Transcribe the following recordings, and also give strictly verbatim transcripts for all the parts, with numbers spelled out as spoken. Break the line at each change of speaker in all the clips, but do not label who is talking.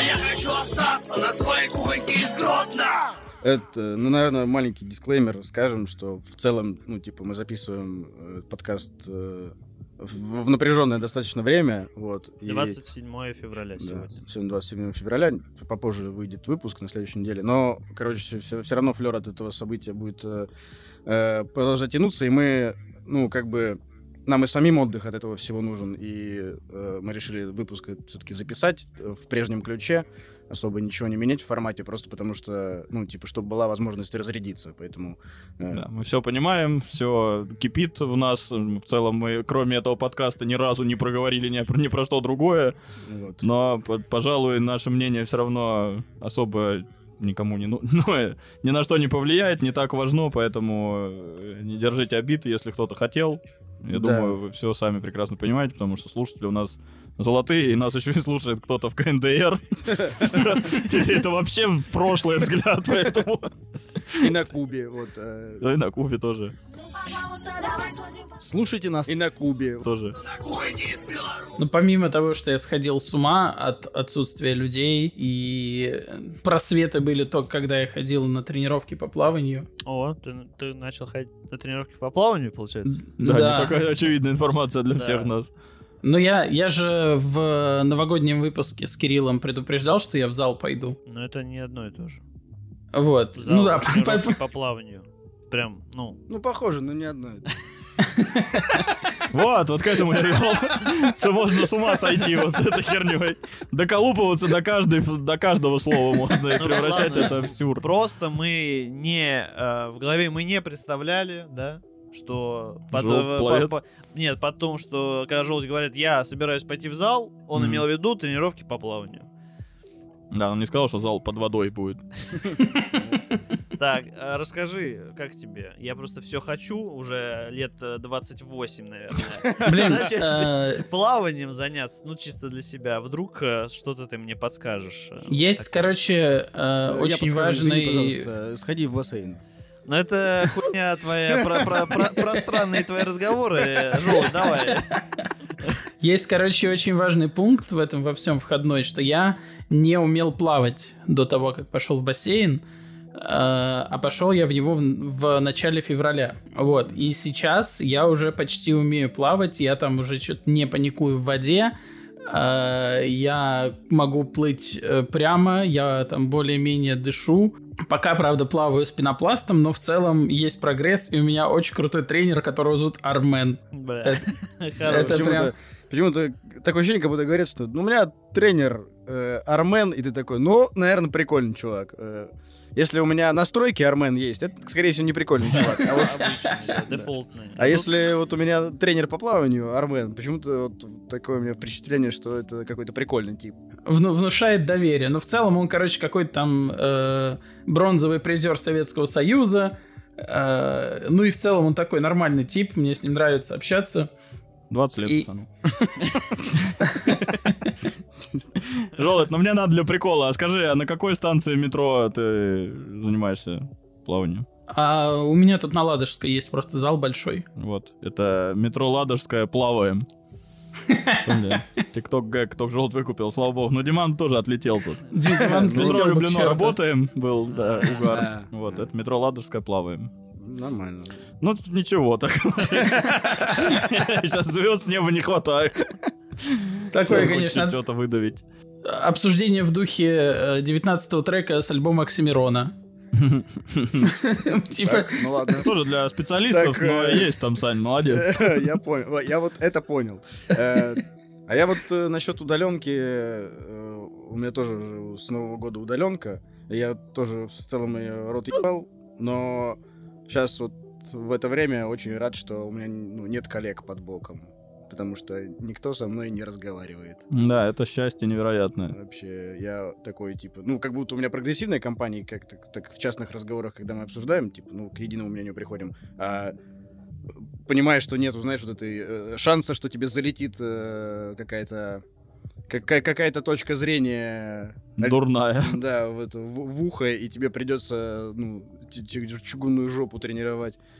А я хочу остаться на своей кухоньке из Гродно.
Это, ну, наверное, маленький дисклеймер. Скажем, что в целом, ну, типа, мы записываем э, подкаст э, в, в напряженное достаточно время. Вот,
двадцать седьмое февраля
да,
сегодня.
Сегодня двадцать седьмое февраля. Попозже выйдет выпуск на следующей неделе. Но, короче, все, все равно флер от этого события будет э, э, продолжать тянуться. И мы, ну, как бы... Нам и самим отдых от этого всего нужен, и э, мы решили выпуск все-таки записать в прежнем ключе, особо ничего не менять в формате, просто потому что, ну, типа, чтобы была возможность разрядиться, поэтому... Э...
Да, мы все понимаем, все кипит в нас, в целом мы, кроме этого подкаста, ни разу не проговорили ни про, ни про что другое, вот. Но, пожалуй, наше мнение все равно особо... никому не, ну, ну, ни на что не повлияет, не так важно, поэтому не держите обид, если кто-то хотел. Я да. думаю, вы все сами прекрасно понимаете, потому что слушатели у нас золотые, и нас еще и слушает кто-то в ка эн дэ эр. Это вообще в прошлое взгляд, поэтому...
И на Кубе, вот.
Да, и на Кубе тоже.
Слушайте нас и на Кубе.
Тоже.
Ну, помимо того, что я сходил с ума от отсутствия людей, и просветы были только когда я ходил на тренировки по плаванию.
О, ты, ты начал ходить на тренировки по плаванию, получается?
Да, да. Не такая очевидная информация для да. всех нас.
Ну, я, я же в новогоднем выпуске с Кириллом предупреждал, что я в зал пойду.
Но это не одно и то же.
Вот.
Зал,
ну да,
тренировки по плаванию. Прям, ну...
Ну, похоже, но не одно и то же.
Вот, вот к этому я вел, что можно с ума сойти вот с этой херней. Доколупываться до, каждой, до каждого слова можно и превращать это в абсурд.
Просто мы не, э, в голове мы не представляли, да, что... Под,
по,
по, нет, потом, что когда Желудь говорит, я собираюсь пойти в зал, он mm. имел в виду тренировки по плаванию.
Да, он не сказал, что зал под водой будет.
Так, расскажи, как тебе? Я просто все хочу, уже лет двадцать восемь, наверное.
Блин,
начать плаванием заняться, ну, чисто для себя. Вдруг что-то ты мне подскажешь.
Есть, короче, очень важный...
Пожалуйста, сходи в бассейн.
Ну, это хуйня твоя, про, про, про, про странные твои разговоры. Желудь, давай.
Есть, короче, очень важный пункт в этом во всем входной, что я не умел плавать до того, как пошел в бассейн, а пошел я в него в, в начале февраля. Вот. И сейчас я уже почти умею плавать, я там уже что-то не паникую в воде, я могу плыть прямо, я там более-менее дышу. Пока, правда, плаваю с пенопластом, но в целом есть прогресс, и у меня очень крутой тренер, которого зовут Армен.
Бля,
это, это прям...
Почему-то такое ощущение, как будто говорят, что ну, у меня тренер э, Армен, и ты такой, ну, наверное, прикольный чувак. Э, если у меня настройки Армен есть, это, скорее всего, не прикольный чувак. А вот...
Обычный, дефолтный.
А если вот у меня тренер по плаванию Армен, почему-то вот такое у меня впечатление, что это какой-то прикольный тип.
Вну- внушает доверие. Но в целом он, короче, какой-то там э, бронзовый призер Советского Союза. Э, ну и в целом он такой нормальный тип, мне с ним нравится общаться.
двадцать лет,
и...
пацану. Желудь, ну мне надо для прикола. А скажи, а на какой станции метро ты занимаешься плаванием?
А у меня тут на Ладожской есть просто зал большой.
Вот, это метро Ладожская, плаваем. Тикток гэг, только Желудь выкупил, слава богу. Но Диман тоже отлетел тут. Метро Люблино работаем, был, да, угар. Вот, это метро Ладожская, плаваем.
Нормально.
Ну, ничего так. Сейчас звезд с неба не хватает.
Такое, конечно.
Что-то выдавить.
Обсуждение в духе девятнадцатого трека с альбома Оксимирона.
Типа... Ну ладно.
Тоже для специалистов, но есть там, Сань, молодец.
Я понял. Я вот это понял. А я вот насчет удаленки... У меня тоже с Нового года удаленка. Я тоже в целом ее рот ебал, но... Сейчас вот в это время очень рад, что у меня ну, нет коллег под боком, потому что никто со мной не разговаривает.
Да, это счастье невероятное.
Вообще, я такой, типа, ну, как будто у меня прогрессивная компания, как так, так в частных разговорах, когда мы обсуждаем, типа, ну, к единому мнению приходим, а понимаешь, что нету, знаешь, вот этой э, шанса, что тебе залетит э, какая-то... Какая- какая-то точка зрения...
Дурная.
Да, в, это, в, в ухо, и тебе придется ну, чугунную жопу тренировать.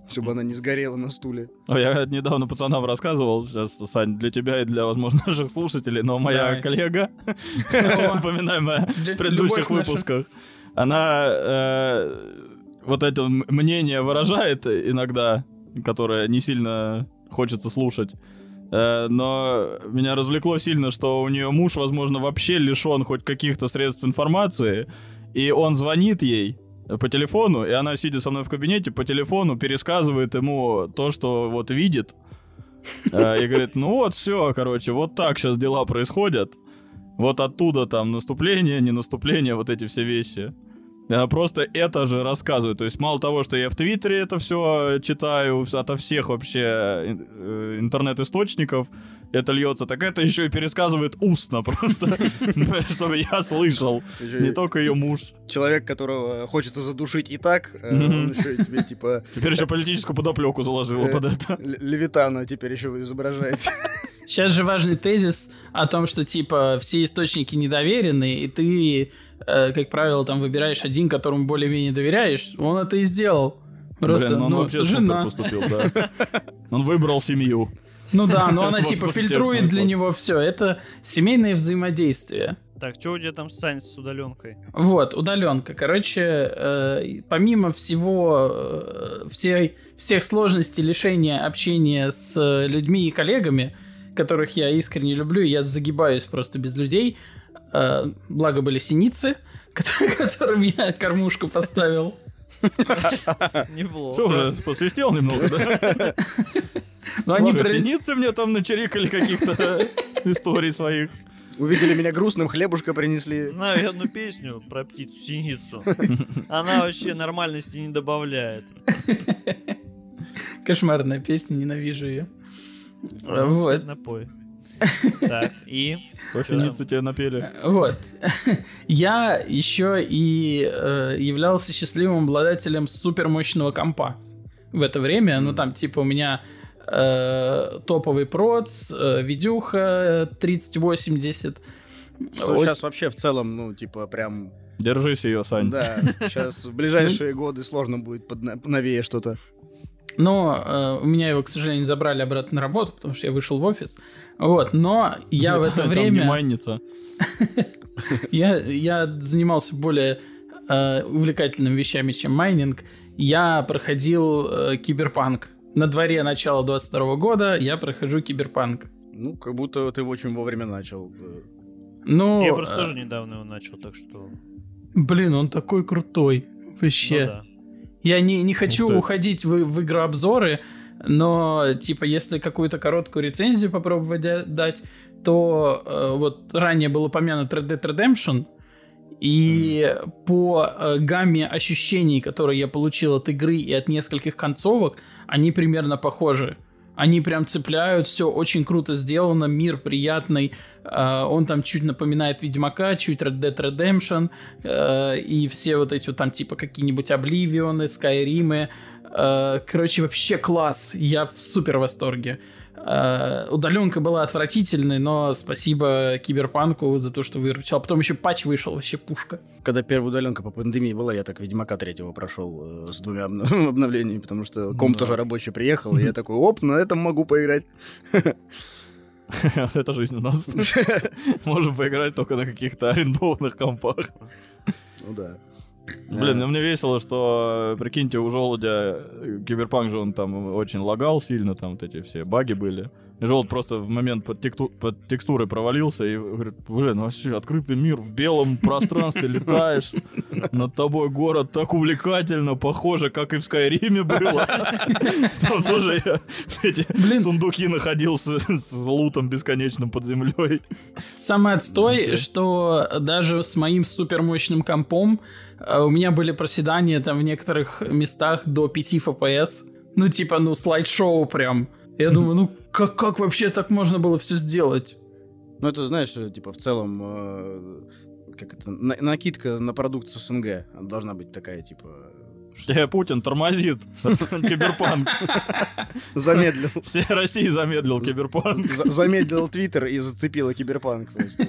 чтобы она не сгорела на стуле.
А я недавно пацанам рассказывал, сейчас, Сань, для тебя и для, возможно, наших слушателей, но моя
Давай.
коллега, упоминаемая в
Для-
предыдущих
любовь наша.
выпусках, она э, вот это м- мнение выражает иногда, которое не сильно хочется слушать. Э, но меня развлекло сильно, что у нее муж, возможно, вообще лишен хоть каких-то средств информации, и он звонит ей по телефону, и она, сидя со мной в кабинете, по телефону пересказывает ему то, что вот видит, э, и говорит, ну вот все, короче, вот так сейчас дела происходят, вот оттуда там наступление, не наступление, вот эти все вещи. И она просто это же рассказывает. То есть мало того, что я в Твиттере это все читаю ото всех вообще э, интернет-источников, это льется, так это еще и пересказывает устно просто, чтобы я слышал. Не только ее муж.
Человек, которого хочется задушить и так, э, он еще и тебе, типа...
Теперь еще политическую подоплеку заложила
э,
под это.
Л- Левитана теперь еще вы изображаете.
Сейчас же важный тезис о том, что, типа, все источники недоверенные, и ты, э, как правило, там выбираешь один, которому более-менее доверяешь. Он это и сделал. Просто,
Блин, он
ну,
вообще
жена.
супер поступил, да. Он выбрал семью.
Ну да, но она,
Вот
типа,
во всех
фильтрует для
смыслах.
него все. Это семейное взаимодействие.
Так, что у тебя там, Сань, с удаленкой?
Вот, удаленка. Короче, э, помимо всего, э, всей, всех сложностей лишения общения с э, людьми и коллегами, которых я искренне люблю, и я загибаюсь просто без людей, э, благо были синицы, которым я кормушку поставил.
Неплохо.
Что, уже посвистел немного, да?
Но они
Много
при-
синицы мне там начерикали каких-то историй своих.
Увидели меня грустным, хлебушка принесли.
Знаю я одну песню про птицу-синицу. Она вообще нормальности не добавляет.
Кошмарная песня, ненавижу ее. Вот.
Напой. Так, и...
То синицы тебе напели.
Вот. Я еще и э, являлся счастливым обладателем супермощного компа в это время. Ну, там, типа, у меня э, топовый проц, э, видюха тридцать восемьдесят.
Что
Ой,
сейчас вообще в целом, ну, типа, прям...
Держись ее, Сань.
Да, сейчас в ближайшие годы сложно будет подновее что-то.
Но э, у меня его, к сожалению, забрали обратно на работу, потому что я вышел в офис. Вот, но я в это
Там не
время...
майнится.
Я, я занимался более э, увлекательными вещами, чем майнинг. Я проходил э, киберпанк. На дворе начала двадцать второго года я прохожу киберпанк.
Ну, как будто ты очень вовремя начал.
Ну,
Я просто
э,
тоже недавно его начал, так что...
блин, он такой крутой. Вообще.
Ну да.
Я не, не хочу
Ух ты.
уходить в, в игрообзоры, но, типа, если какую-то короткую рецензию попробовать да- дать, то э, вот ранее был упомянут Red Dead Redemption, и по э, гамме ощущений, которые я получил от игры и от нескольких концовок, они примерно похожи. Они прям цепляют, все очень круто сделано, мир приятный, э, он там чуть напоминает Ведьмака, чуть Red Dead Redemption, э, и все вот эти вот там типа какие-нибудь Обливионы, Скайримы, э, короче, вообще класс, я в супер восторге. Э, удаленка была отвратительной, но спасибо Киберпанку за то, что выручал. Потом еще патч вышел, вообще пушка.
Когда первая удаленка по пандемии была, я так Ведьмака третьего прошел э, с двумя обна- обновлениями, потому что комп
Да.
тоже рабочий приехал, и я такой, оп, на этом могу поиграть.
Это жизнь у нас. Можем поиграть только на каких-то арендованных компах.
Ну да.
Блин, ну мне весело, что, прикиньте, у Желудя э, Киберпанк же он там очень лагал сильно, там вот эти все баги были. И Желуд просто в момент под, текту- под текстурой провалился и говорит, блин, вообще открытый мир, в белом пространстве летаешь, над тобой город так увлекательно, похоже, как и в Скайриме было. Там тоже я эти сундуки находил с с лутом бесконечным под землей.
Самый отстой,
Окей.
что даже с моим супермощным компом э, у меня были проседания там в некоторых местах до пять эф пи эс. Ну, типа, ну, слайд-шоу прям. Я думаю, ну, как, как вообще так можно было все сделать?
Ну, это, знаешь, э, типа, в целом, э, как это, на- накидка на продукт с СНГ. Она должна быть такая, типа...
Э, Путин тормозит Киберпанк.
Замедлил.
Всей России замедлил Киберпанк.
За- Замедлил Твиттер и зацепила Киберпанк просто.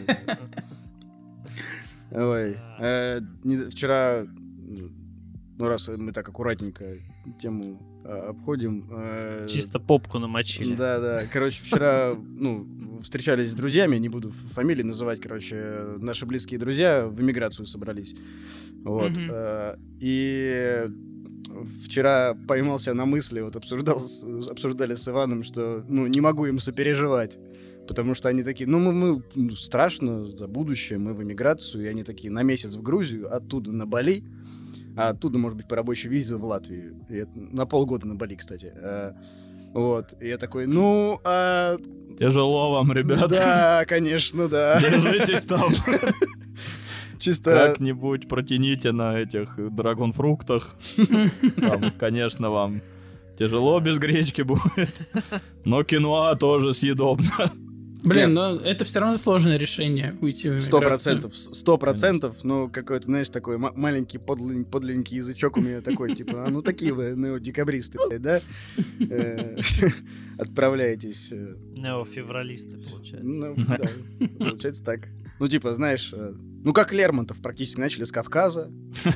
Ой. э, не- Вчера, ну, раз мы так аккуратненько тему э, обходим. Э,
Чисто попку намочили.
Да, да. Короче, вчера, ну, встречались с друзьями, не буду фамилии называть, короче, наши близкие друзья в эмиграцию собрались. Вот.
Мгм.
Э, и вчера поймался на мысли, вот обсуждал, с- обсуждали с Иваном, что, ну, не могу им сопереживать. Потому что они такие, ну, мы, мы ну, страшно за будущее, мы в эмиграцию, и они такие на месяц в Грузию, оттуда на Бали, а оттуда, может быть, по рабочей визе в Латвию. И это на полгода на Бали, кстати. А, вот. И я такой, ну, а,
Тяжело вам, ребят.
да, конечно, да.
Держитесь там.
Чисто...
Как-нибудь протяните на этих драгонфруктах. Там, конечно, вам тяжело без гречки будет. Но киноа тоже съедобно.
Блин, но это все равно сложное решение уйти в
Сто
эмиграцию.
процентов, сто процентов, но какой-то, знаешь, такой м- маленький подлый- подленький язычок у меня такой, типа, а ну такие вы, ну, декабристы, блядь, да? Э, Отправляетесь. э,
Неофевралисты, получается.
Ну, да, получается так. Ну, типа, знаешь, э, ну, как Лермонтов практически начали с Кавказа.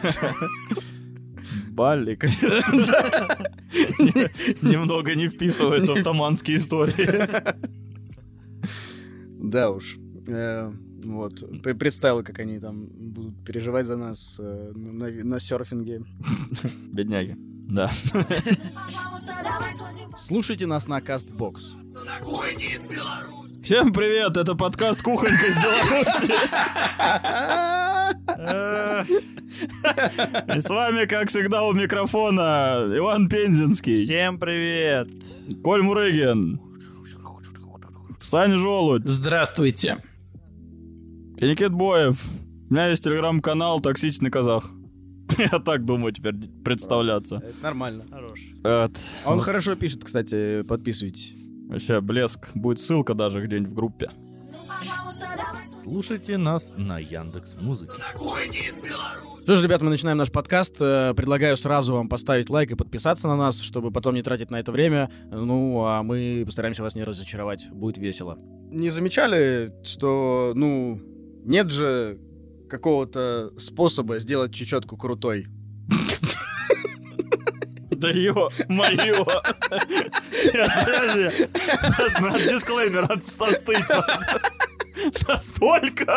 Бали, конечно. Не- Немного не вписывается в таманские истории.
Да уж. Э, Вот. Пр- Представил, как они там будут переживать за нас э, на, на серфинге.
Бедняги. Да.
Слушайте нас на Castbox.
На кухоньке из Беларуси.
Всем привет, это подкаст «Кухонька из Беларуси». И с вами, как всегда, у микрофона Иван Пензенский,
Всем привет.
Коль Мурыгин, Саня Желудь,
Здравствуйте.
и Никит Боев. У меня есть телеграм-канал «Токсичный казах». Я так думаю теперь представляться.
Это нормально.
Хорош.
Вот.
А он хорошо пишет, кстати, подписывайтесь.
Вообще блеск. Будет ссылка даже где-нибудь в группе.
Слушайте нас на Яндекс.Музыке.
На кухоньке из Беларуси.
Что ж, ребят, мы начинаем наш подкаст. Э, Предлагаю сразу вам поставить лайк и подписаться на нас, чтобы потом не тратить на это время. Ну, а мы постараемся вас не разочаровать. Будет весело. Не замечали, что, ну, нет же какого-то способа сделать чечетку крутой?
Да ё, моё. Подожди, дисклеймер, от состыть. Настолько.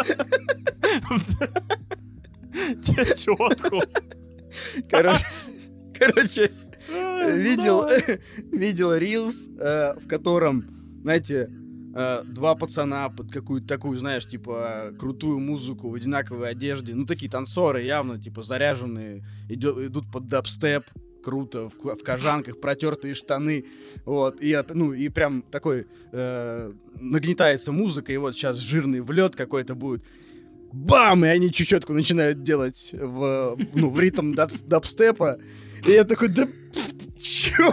Чечетку.
Короче, короче, видел, видел рилс, э, в котором, знаете, э, два пацана под какую-то такую, знаешь, типа, крутую музыку в одинаковой одежде, ну, такие танцоры явно, типа, заряженные, идё- идут под дабстеп, круто, в, ку- в кожанках, протертые штаны, вот, и, я, ну, и прям такой э, нагнетается музыка, и вот сейчас жирный влет какой-то будет, бам, и они чечетку начинают делать в, ну, в ритм даб- дабстепа, и я такой, да чё?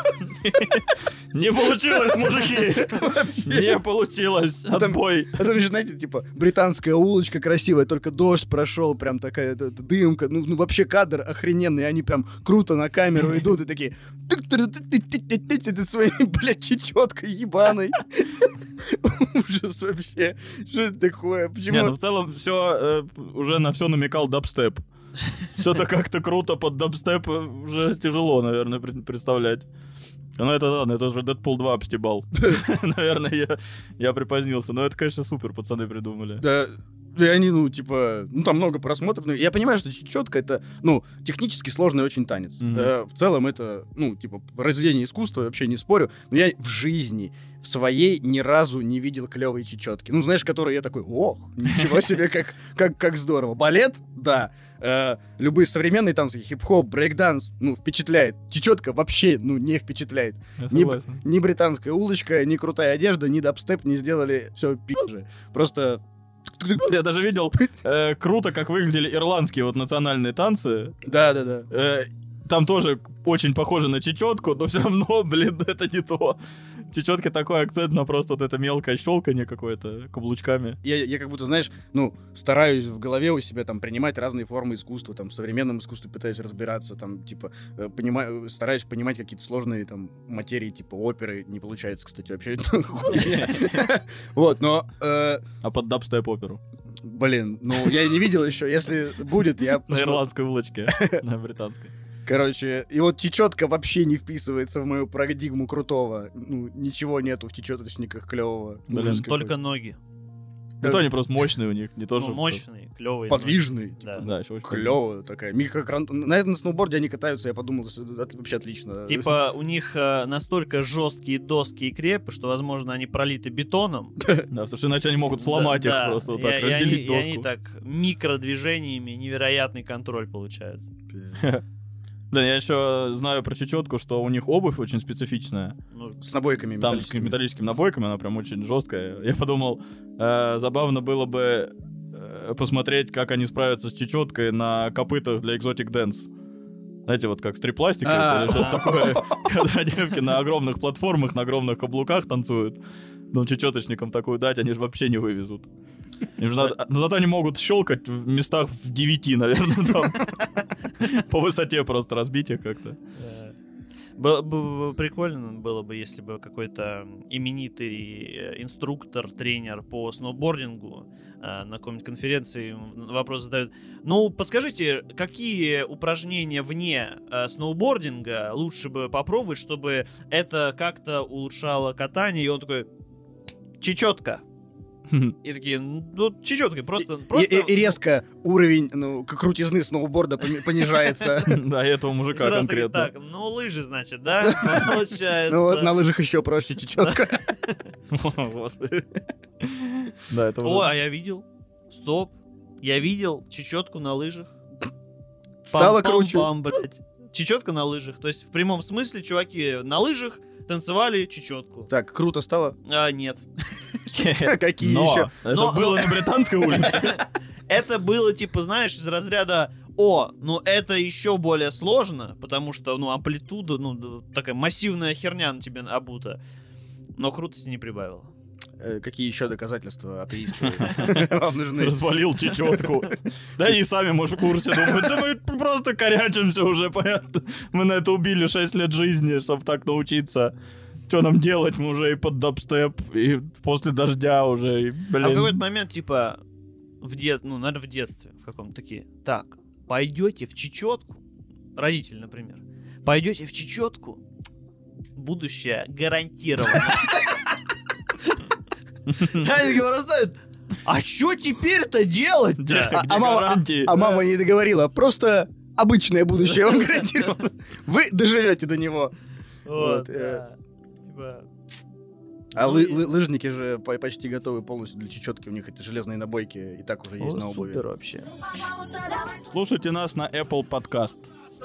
Не получилось, мужики. Не получилось.
Там-
Отбой.
А там еще, знаете, типа, британская улочка красивая, только дождь прошел, прям такая д- д- дымка, ну, ну вообще кадр охрененный, и они прям круто на камеру идут и такие, это своей, блядь, чечеткой ебаной. Ужас вообще. Что это такое?
Не, ну
Почему?
в целом все уже на все намекал дабстеп. Все-то как-то круто под дабстеп э, уже тяжело, наверное, пред- представлять. Ну это ладно, это уже Дэдпул два обстебал. Наверное, я, я припозднился. Но это, конечно, супер пацаны придумали.
Да, и они, ну, типа, ну, там много просмотров. Но я понимаю, что чечетка — это, ну, технически сложный очень танец.
Мгм.
Э, в целом это, ну, типа, произведение искусства, вообще не спорю. Но я в жизни в своей ни разу не видел клевой чечетки. Ну, знаешь, которые я такой, ох, ничего себе, как, как, как здорово. Балет? Да. Э, любые современные танцы, хип-хоп, брейк-данс, ну, впечатляет. Чечетка вообще, ну, не впечатляет.
Я
Ни,
согласен.
ни британская улочка, ни крутая одежда, ни дабстеп не сделали все пи***же. Просто...
Я даже видел, э, круто, как выглядели ирландские вот национальные танцы.
Да-да-да.
Э, там тоже очень похоже на чечетку, но все равно, блин, это не то. Чечетки такой акцент на просто вот это мелкое щелканье какое-то каблучками.
Я, я как будто, знаешь, ну, стараюсь в голове у себя там принимать разные формы искусства, там, в современном искусстве пытаюсь разбираться, там, типа, э, понимаю, стараюсь понимать какие-то сложные, там, материи, типа, оперы. Не получается, кстати, вообще. Вот, но... э,
А под дабстеп оперу.
Блин, ну, я не видел еще. Если будет, я...
На ирландской улочке, на британской.
Короче, и вот чечетка вообще не вписывается в мою парадигму крутого. Ну, ничего нету в чечеточниках клевого.
Блин,
Только ноги.
Это они просто мощные у них, не то
Ну,
же...
мощные, клевые.
Подвижный.
Да.
Да, еще очень
Клево такая. Микрокран... На этом сноуборде они катаются, я подумал, что это вообще отлично.
Типа у них э, настолько жесткие доски и крепы, что, возможно, они пролиты бетоном.
Да, потому что иначе они могут сломать
Да,
их
да.
просто, вот
И-
так,
и
разделить
они- и
доску.
они так микродвижениями невероятный контроль получают.
Блин, я еще знаю про чечетку, что у них обувь очень специфичная.
Ну,
С набойками
Там с
металлическими.
металлическими набойками, она прям очень жесткая. Я подумал, э, забавно было бы э, посмотреть, как они справятся с чечеткой на копытах для Exotic Dance. Знаете, вот как стрип-пластик
А.
или что-то такое, когда девки на огромных платформах, на огромных каблуках танцуют. Ну, чечеточникам такую дать, они же вообще не вывезут. Им же надо... Но зато они могут щелкать в местах в девяти, наверное, там. По высоте просто разбить их как-то.
э, Было бы прикольно было бы, если бы какой-то именитый э, инструктор, тренер по сноубордингу э, на какой-нибудь конференции вопрос задают. Ну, подскажите, какие упражнения вне э, сноубординга лучше бы попробовать, чтобы это как-то улучшало катание? И он такой: чечетка. И такие, ну, чечетка, просто...
И,
просто
и- и резко уровень ну, к- крутизны сноуборда поми- понижается.
Да, и этого мужика
сразу такие,
конкретно.
так, ну, лыжи, значит, да? Получается.
Ну вот на лыжах еще проще чечетка.
Господи. Да, это
О,
уже...
а я видел. Стоп. Я видел чечетку на лыжах.
Стало круче.
Пам-пам-пам, блядь. Чечетка на лыжах. То есть, в прямом смысле, чуваки на лыжах танцевали чечетку.
Так, круто стало.
А, нет.
Какие
Но
еще?
это
Но-
было
но-
на Британской улице.
Это было, типа, знаешь, из разряда: о, ну это еще более сложно, потому что, ну, амплитуда, ну, д- такая массивная херня на тебе обута. Но крутости не прибавило.
Э, Какие еще доказательства атеисты вам нужны?
Развалил чечетку. Да и сами, может, в курсе думают, да мы просто корячимся уже, понятно. Мы на это убили шесть лет жизни, чтобы так научиться. Что нам делать? Мы уже и под дабстеп, и после дождя уже, и,
А в какой-то
блин.
момент, типа, в дет... ну, наверное, в детстве, в каком-то такие: так, пойдете в чечетку, родители, например, пойдете в чечетку, будущее гарантировано. Они такие вырастают: а что теперь-то делать?
Где-
А-
где
а мама-
гарантии?
А мама не договорила, просто обычное будущее вам гарантировано. Вы доживете до него.
Вот,
Вот, э.
да. Типа,
А
Ну
лы-
и-
лы- лыжники же по- почти готовы полностью для чечетки. У них эти железные набойки и так уже есть
о,
на обуви.
супер вообще.
Слушайте нас на Apple Podcast.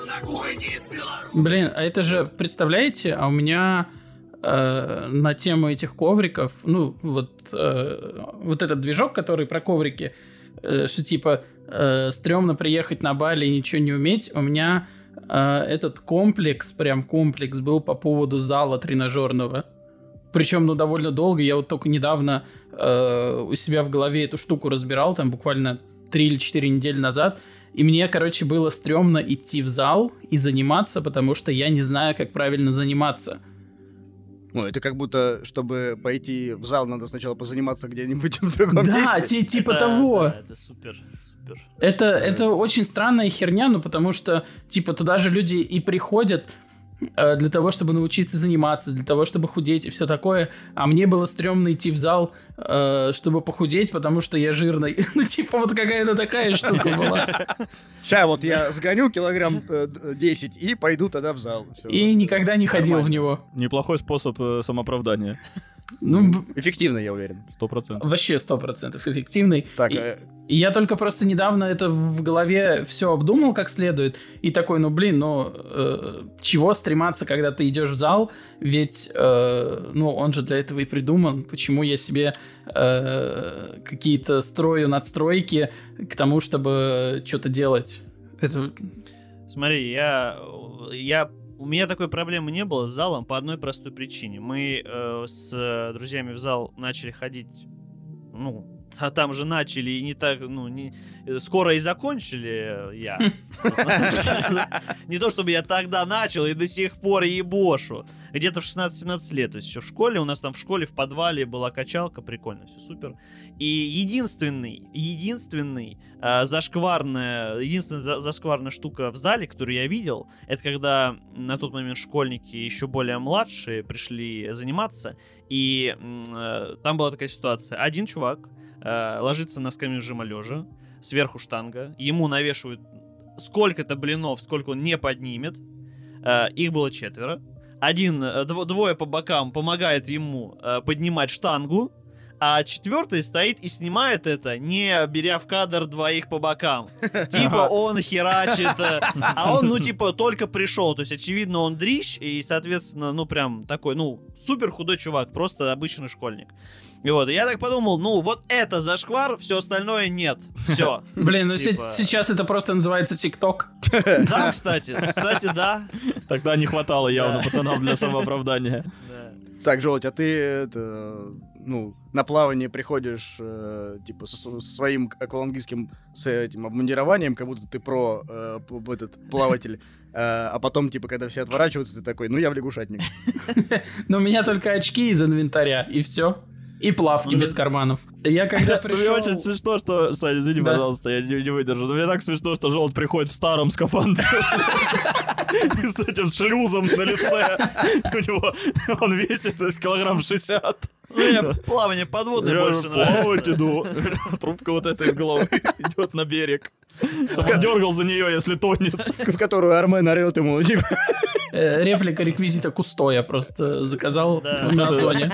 Блин, а это же, представляете, а у меня э, на тему этих ковриков, ну, вот, э, вот этот движок, который про коврики, э, что типа э, стрёмно приехать на Бали и ничего не уметь, у меня э, этот комплекс, прям комплекс был по поводу зала тренажерного. Причем, ну, довольно долго. Я вот только недавно э, у себя в голове эту штуку разбирал, там буквально три или четыре недели назад. И мне, короче, было стрёмно идти в зал и заниматься, потому что я не знаю, как правильно заниматься.
Ну, это как будто, чтобы пойти в зал, надо сначала позаниматься где-нибудь в другом
Да,
месте.
ти- типа
Это-
того.
да, это супер, супер.
Это, это очень странная херня, ну, потому что, типа, туда же люди и приходят э, для того, чтобы научиться заниматься, для того, чтобы худеть и все такое. А мне было стрёмно идти в зал, э, чтобы похудеть, потому что я жирный. Ну, типа, вот какая-то такая штука была.
Ща вот я сгоню килограмм э, д- десять и пойду тогда в зал. Всё.
И никогда не ходил в него.
Неплохой способ э, самооправдания.
Ну, б-
Эффективно, я уверен.
Сто процентов.
вообще сто процентов эффективный.
Так,
И-
э,
И я только просто недавно это в голове все обдумал как следует. И такой, ну блин, ну э, чего стрематься, когда ты идешь в зал? Ведь, э, ну он же для этого и придуман. Почему я себе э, какие-то строю надстройки к тому, чтобы что-то делать? Это...
Смотри, я, я, у меня такой проблемы не было с залом по одной простой причине. Мы э, с друзьями в зал начали ходить, ну, а там же начали и не так, ну, не, скоро и закончили я. Не то, чтобы я тогда начал и до сих пор ебошу. Где-то в шестнадцать-семнадцать лет, то есть еще в школе, у нас там в школе в подвале была качалка, прикольно, все супер. И единственный, единственный э, зашкварная, единственная зашкварная штука в зале, которую я видел, это когда на тот момент школьники еще более младшие пришли заниматься, и э, там была такая ситуация. Один чувак э, ложится на скамью жима лежа, сверху штанга, ему навешивают сколько-то блинов, сколько он не поднимет, э, их было четверо. Один, э, дво, двое по бокам помогает ему э, поднимать штангу, а четвертый стоит и снимает это, не беря в кадр двоих по бокам. Типа он херачит, а он, ну, типа, только пришел. То есть, очевидно, он дрищ, и, соответственно, ну, прям такой, ну, супер худой чувак, просто обычный школьник. И вот, я так подумал, ну, вот это зашквар, все остальное нет. Все.
Блин, ну типа... сейчас это просто называется ТикТок.
Да, кстати, кстати, да.
Тогда не хватало явно пацанам для самооправдания.
Так, Желудь, а ты, это, ну, на плавание приходишь, э, типа, со, со своим аквалангистским с этим обмундированием, как будто ты про э, этот плаватель, э, а потом, типа, когда все отворачиваются, ты такой, ну, я в лягушатник.
Но у меня только очки из инвентаря, и все. И плавки без карманов. Я когда пришел...
Мне очень смешно, что... Саня, извини,
да.
пожалуйста, я не, не выдержу. Но мне так смешно, что Желудь приходит в старом скафандре. С этим шлюзом на лице. У него... Он весит килограмм шестьдесят.
Ну, я плавание подводное больше
плавать
нравится.
иду. Трубка вот эта из головы идет на берег. Чтобы он дергал за нее, если тонет.
В которую Армен орет ему, типа...
Реплика реквизита Кусто я просто заказал на Озоне.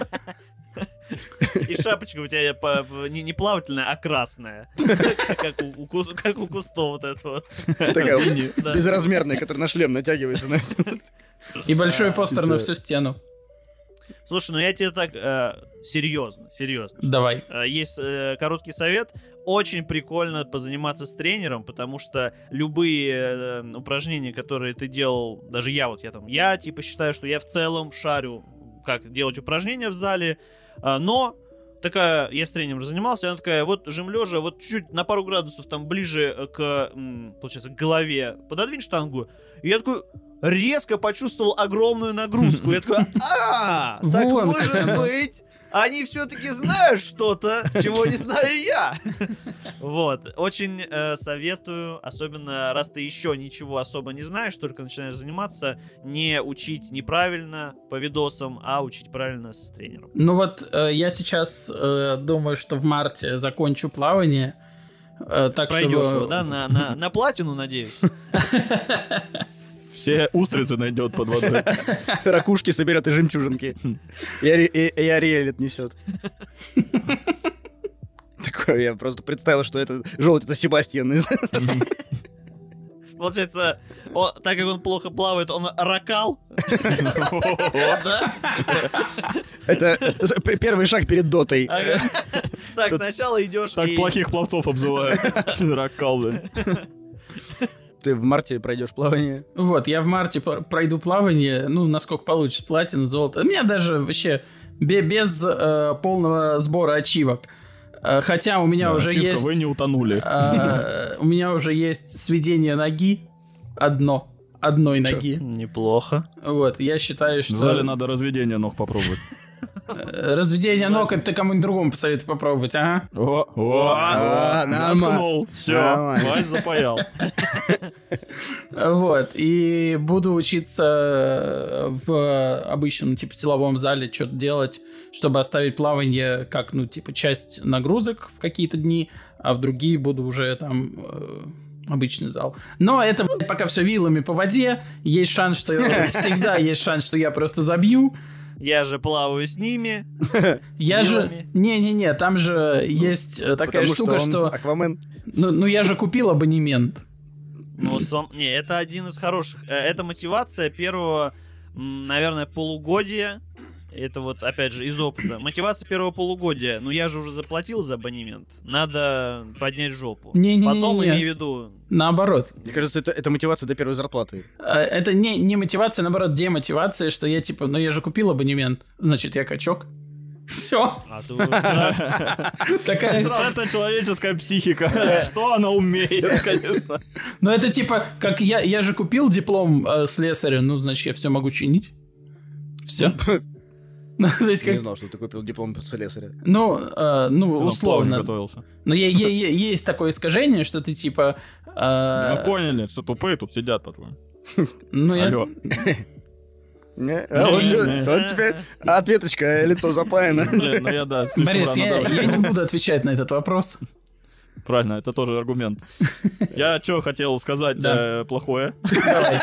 И шапочка у тебя по, не, не плавательная, а красная. Как у, у, как у Кусто вот это вот.
Такая безразмерная, которая на шлем натягивается.
И большой постер на всю стену.
Слушай, ну я тебе так э, серьезно, серьезно.
Давай.
Э, есть э, короткий совет. Очень прикольно позаниматься с тренером, потому что любые э, упражнения, которые ты делал, даже я вот, я там, я типа считаю, что я в целом шарю, как делать упражнения в зале, э, но такая, я с тренером занимался, она такая, вот жим лежа, вот чуть-чуть на пару градусов там ближе к, получается, к голове пододвинь штангу, и я такой... резко почувствовал огромную нагрузку. Я такой, а, так может быть, они все-таки знают что-то, чего не знаю я. Вот, очень э, советую, особенно раз ты еще ничего особо не знаешь, только начинаешь заниматься, не учить неправильно по видосам, а учить правильно с тренером.
Ну вот, э, я сейчас э, думаю, что в марте закончу плавание. Э, так
Пройдешь
чтобы...
его, да, на, на, на платину, надеюсь.
Все устрицы найдет под водой.
Ракушки соберет и жемчужинки. И, и, и Ариэль отнесет. Такое, я просто представил, что это Желудь, это Себастьян из...
Получается, он, так как он плохо плавает, он ракал.
Это первый шаг перед дотой.
Так, сначала идешь.
Так плохих пловцов обзывают. Ракал, да.
Ты в марте пройдешь плавание?
Вот, я в марте пройду плавание, ну, насколько получится, платина, золото. У меня даже вообще без э, полного сбора ачивок. Э, хотя у меня
да,
уже
ачивка,
есть...
вы не утонули.
Э, у меня уже есть сведение ноги. Одно. Одной ноги.
Неплохо.
Вот, я считаю, что...
В зале надо разведение ног попробовать.
Разведение ног, это ты кому-нибудь другому посоветую попробовать, ага.
О, о, наткнул. Все, Вась запаял.
Вот, и буду учиться в обычном, типа, силовом зале что-то делать, чтобы оставить плавание как, ну, типа, часть нагрузок в какие-то дни, а в другие буду уже там... обычный зал. Но это, блядь, пока все вилами по воде, есть шанс, что я, всегда есть шанс, что я просто забью.
Я же плаваю с ними.
Я же... Не-не-не, там же есть такая штука, что...
Аквамен.
Ну, я же купил абонемент.
Ну, не, это один из хороших... Это мотивация первого, наверное, полугодия. Это вот, опять же, из опыта. Мотивация первого полугодия. Ну, я же уже заплатил за абонемент. Надо поднять жопу.
Не-не-не.
Потом, имею в виду...
Наоборот.
Мне кажется, это, это мотивация до первой зарплаты.
Это не, не мотивация, наоборот, демотивация, что я типа, ну я же купил абонемент, значит, я качок. Все.
А ты
Такая...
Это человеческая психика. Что она умеет, конечно.
Ну, это типа, как я, я же купил диплом э, слесаря, ну, значит, я все могу чинить. Все. Ну, то есть,
Я не
как...
знал, что ты купил диплом слесаря.
Ну, э, ну,
Ты на
условно.
плавание готовился.
Но е- е- е- есть такое искажение, что ты типа... э,
Мы поняли, что тупые тут сидят, по-твоему.
Ну, я...
Алло.
Не, а вот,
Не-не-не.
вот теперь ответочка, лицо запаяно.
Блин, ну я, да, слишком
Борис,
рано
я,
давай.
я не буду отвечать на этот вопрос.
Правильно, это тоже аргумент. Я что хотел сказать
Да.
э, плохое.
Давай.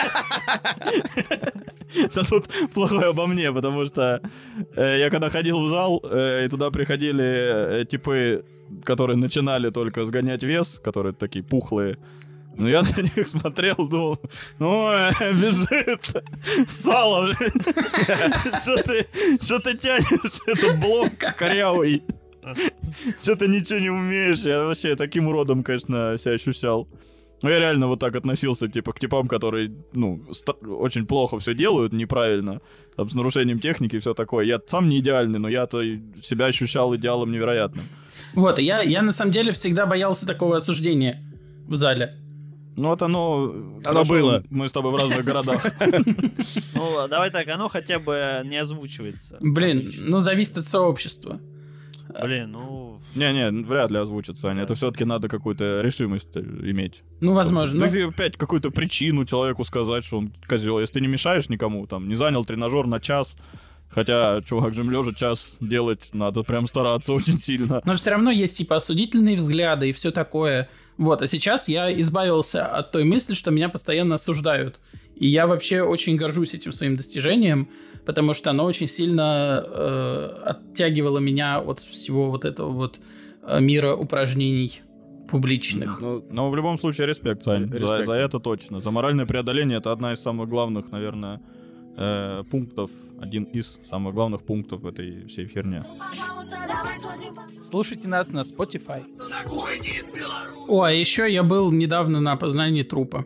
Да тут плохое обо мне, потому что э, я когда ходил в зал, э, и туда приходили э, типы, которые начинали только сгонять вес, которые такие пухлые. Ну, я на них смотрел, думал, ой, бежит сало, блин. Что ты, что ты тянешь этот блок корявый? Что ты ничего не умеешь? Я вообще таким уродом, конечно, себя ощущал. Ну, я реально вот так относился, типа, к типам, которые, ну, ста- очень плохо все делают, неправильно, там, с нарушением техники и все такое. Я сам не идеальный, но я-то себя ощущал идеалом невероятным.
Вот, и я, я на самом деле всегда боялся такого осуждения в зале.
Ну, вот оно...
Оно
хорошо,
было.
Мы с тобой в разных городах.
Ну, давай так, оно хотя бы не озвучивается.
Блин,
обычно.
ну зависит от сообщества.
Блин, ну...
Не-не, вряд ли озвучится, Аня. Это все-таки надо какую-то решимость иметь.
Ну, возможно.
Да
Ну,
ты опять какую-то причину человеку сказать, что он козел. Если ты не мешаешь никому, там, не занял тренажер на час, хотя, чувак, жим лежа час делать надо прям стараться очень сильно.
но все равно есть типа осудительные взгляды и все такое. Вот, а сейчас я избавился от той мысли, что меня постоянно осуждают. И я вообще очень горжусь этим своим достижением, потому что оно очень сильно э, оттягивало меня от всего вот этого вот э, мира упражнений публичных.
Ну,
Но в любом случае респект, Сань, за,
Респект.
за это точно. За моральное преодоление это одна из самых главных, наверное, э, пунктов, один из самых главных пунктов в этой всей херне.
Слушайте нас на Spotify.
На кухоньке из Беларуси.
О, а еще я был недавно на опознании трупа.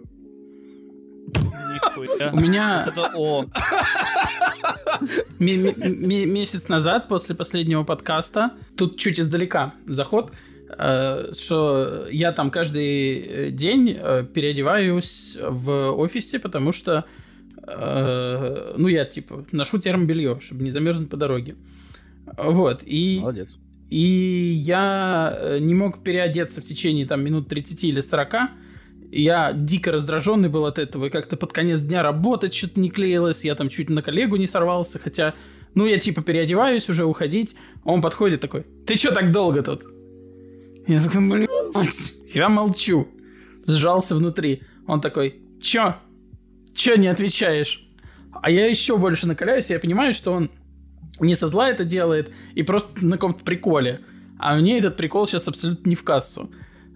Нихуя.
У меня
Это о.
ме- ме- ме- месяц назад, после последнего подкаста, тут чуть издалека заход, э, что я там каждый день э, переодеваюсь в офисе, потому что, э, ну, я, типа, ношу термобелье, чтобы не замерзнуть по дороге. Вот, и...
молодец.
И я э, не мог переодеться в течение там минут тридцати или сорока. Я дико раздраженный был от этого. И как-то под конец дня работать что-то не клеилось. Я там чуть на коллегу не сорвался. Хотя, ну, я типа переодеваюсь уже уходить. А он подходит такой: ты чё так долго тут? Я такой, блядь. Я молчу. Сжался внутри. Он такой: чё? Чё не отвечаешь? А я еще больше накаляюсь. И я понимаю, что он не со зла это делает, и просто на каком-то приколе. А мне этот прикол сейчас абсолютно не в кассу.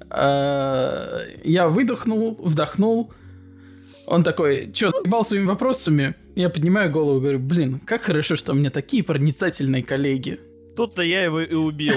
Я выдохнул, вдохнул. Он такой: чё, заебал своими вопросами? Я поднимаю голову и говорю: блин, как хорошо, что у меня такие проницательные коллеги.
Тут-то я его и убил.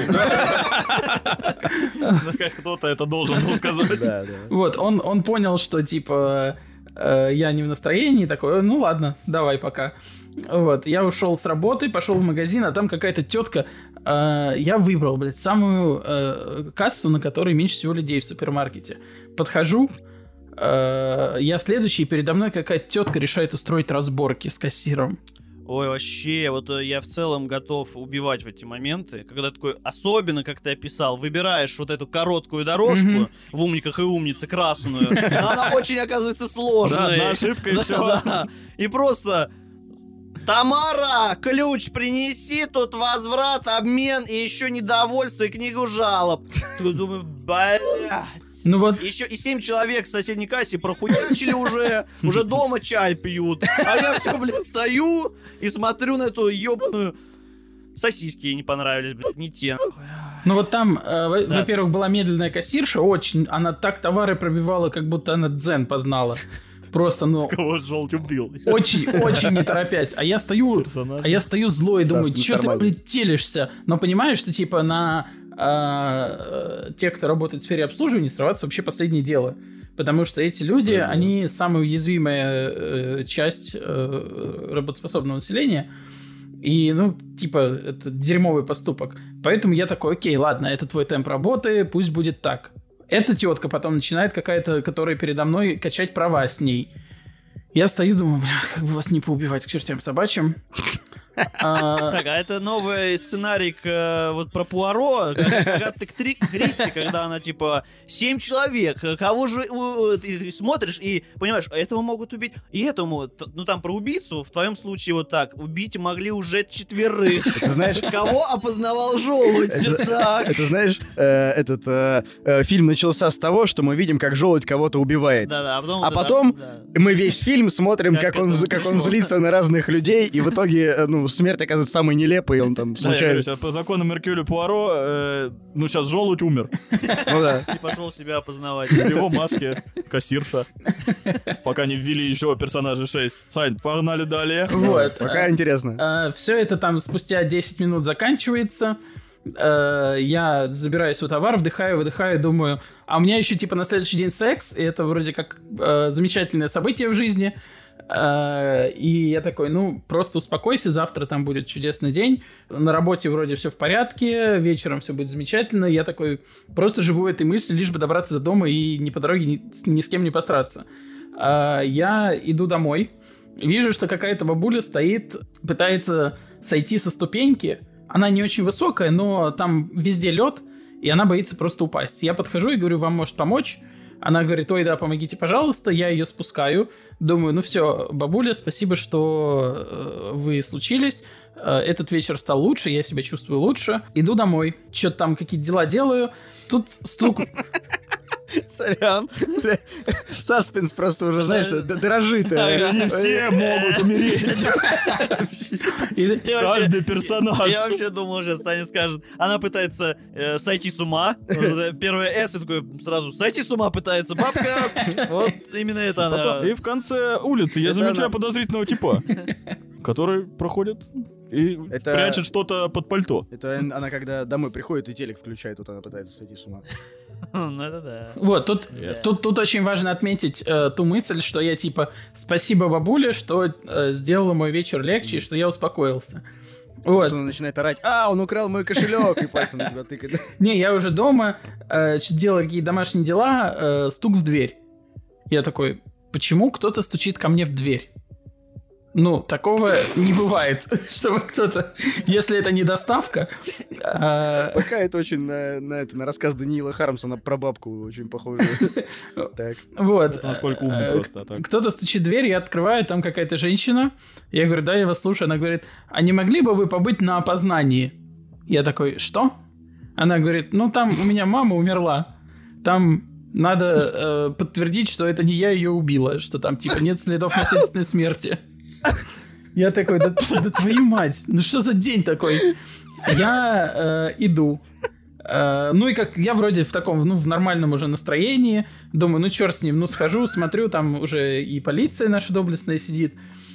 Как кто-то это должен был сказать.
Да, да.
Вот, он, он понял, что, типа, э, я не в настроении, такой: ну ладно, давай, пока. Вот, я ушел с работы, пошел в магазин, а там какая-то тетка. Э, я выбрал, блядь, самую э, кассу, на которой меньше всего людей в супермаркете. Подхожу, э, я следующий, и передо мной какая-то тетка решает устроить разборки с кассиром.
Ой, вообще, вот э, я в целом готов убивать в эти моменты, когда такой, особенно, как ты описал, выбираешь вот эту короткую дорожку
Мгм.
в «Умниках и умнице» красную, но она очень, оказывается,
Да,
сложная.
на ошибка и
Да,
все.
да. И просто: Тамара, ключ принеси, тут возврат, обмен и еще недовольство и книгу жалоб. Тут думаю, блядь.
Ну вот,
Еще и семь человек в соседней кассе прохуячили уже, уже дома чай пьют. А я все, блядь, стою и смотрю на эту ебаную... Сосиски ей не понравились, блядь, не те. нахуй.
ну вот там, э, во-
Да.
во-первых, была медленная кассирша, очень, она так товары пробивала, как будто она дзен познала. Просто, ну,
Кого желть убил?
очень, очень не торопясь. А я стою,
Персонаж.
а я стою злой и думаю:
Сейчас
что ты,
нормально.
блядь, телишься? Но понимаешь, что, типа, на э, тех, кто работает в сфере обслуживания, срываться вообще последнее дело. Потому что эти люди, они самая уязвимая э, часть э, работоспособного населения. И, ну, типа, это дерьмовый поступок. Поэтому я такой, окей, ладно, это твой темп работы, пусть будет так. Эта тетка потом начинает какая-то, которая передо мной, качать права с ней. Я стою, думаю, бля, как бы вас не поубивать к чертям собачьим. А...
Так, а это новый сценарий к, вот про Пуаро, когда ты к Кристи, когда она типа семь человек, кого же ты смотришь и понимаешь, этого могут убить, и этому, ну там про убийцу, в твоем случае вот так, убить могли уже четверых.
Это знаешь...
Кого опознавал желудь?
Это, это знаешь, э, этот э, э, фильм начался с того, что мы видим, как желудь кого-то убивает.
Да-да, а потом,
а
вот
потом
это, да.
мы весь фильм смотрим, как,
Как
он,
это
как он злится на разных людей, и в итоге, э, ну, смерть оказывается самой нелепой, и он там
Да, я
случайно...
говорю, сейчас по закону Меркюля Пуаро, э, ну, сейчас желудь умер.
Ну да.
И пошел себя опознавать.
В его маске кассирша. Пока не ввели еще персонажа шесть. Сань, погнали далее.
Вот.
Пока интересно.
Все это там спустя десять минут заканчивается. Я забираюсь в товар, вдыхаю, выдыхаю, думаю, а у меня еще типа на следующий день секс, и это вроде как замечательное событие в жизни. И я такой, ну, просто успокойся, завтра там будет чудесный день, на работе вроде все в порядке, вечером все будет замечательно. Я такой, просто живу этой мыслью, лишь бы добраться до дома и ни по дороге ни, ни с кем не посраться. Я иду домой, вижу, что какая-то бабуля стоит, пытается сойти со ступеньки. Она не очень высокая, но там везде лед, и она боится просто упасть. Я подхожу и говорю, вам может помочь? Она говорит, ой, да, помогите, пожалуйста. Я ее спускаю. Думаю, ну все, бабуля, спасибо, что э, вы случились. Э, этот вечер стал лучше, я себя чувствую лучше. Иду домой. Что-то там какие-то дела делаю. Тут стук...
Сорян. Саспенс просто уже, знаешь, дрожит.
Не все могут умереть. Каждый персонаж.
Я вообще думал, сейчас Саня скажет, она пытается э, сойти с ума. Первое «С» и такой сразу сойти с ума пытается бабка. Вот именно это она.
Потом- и в конце улицы я
Это
замечаю
она.
подозрительного типа, который проходит и
Это-
прячет что-то под пальто.
Это она, когда домой приходит и телек включает, тут она пытается сойти с ума.
Ну это да.
Вот, тут, тут, тут очень важно отметить э, ту мысль, что я типа спасибо бабуле, что э, сделала мой вечер легче, и что я успокоился. Вот.
Тут она начинает орать, а, он украл мой кошелек, и пальцем на тебя тыкает.
Не, я уже дома, э, чё-то делаю какие домашние дела, э, стук в дверь. Я такой, почему кто-то стучит ко мне в дверь? Ну, такого не бывает, чтобы кто-то, если это не доставка. э,
Пока это очень на, на, это, на рассказ Даниила Хармсона про бабку очень похоже. Так.
Вот.
Это насколько умный
Э,
просто, а так.
Кто-то стучит в дверь, я открываю, там какая-то женщина. Я говорю, да, я вас слушаю. Она говорит, а не могли бы вы побыть на опознании? Я такой, что? Она говорит, ну там у меня мама умерла. Там надо э, подтвердить, что это не я ее убила, что там типа нет следов насильственной смерти. Я такой, да, да твою мать, ну что за день такой? Я э, иду. Э, ну и как я вроде в таком, ну в нормальном уже настроении. Думаю, ну черт с ним, ну схожу, смотрю, там уже и полиция наша доблестная сидит.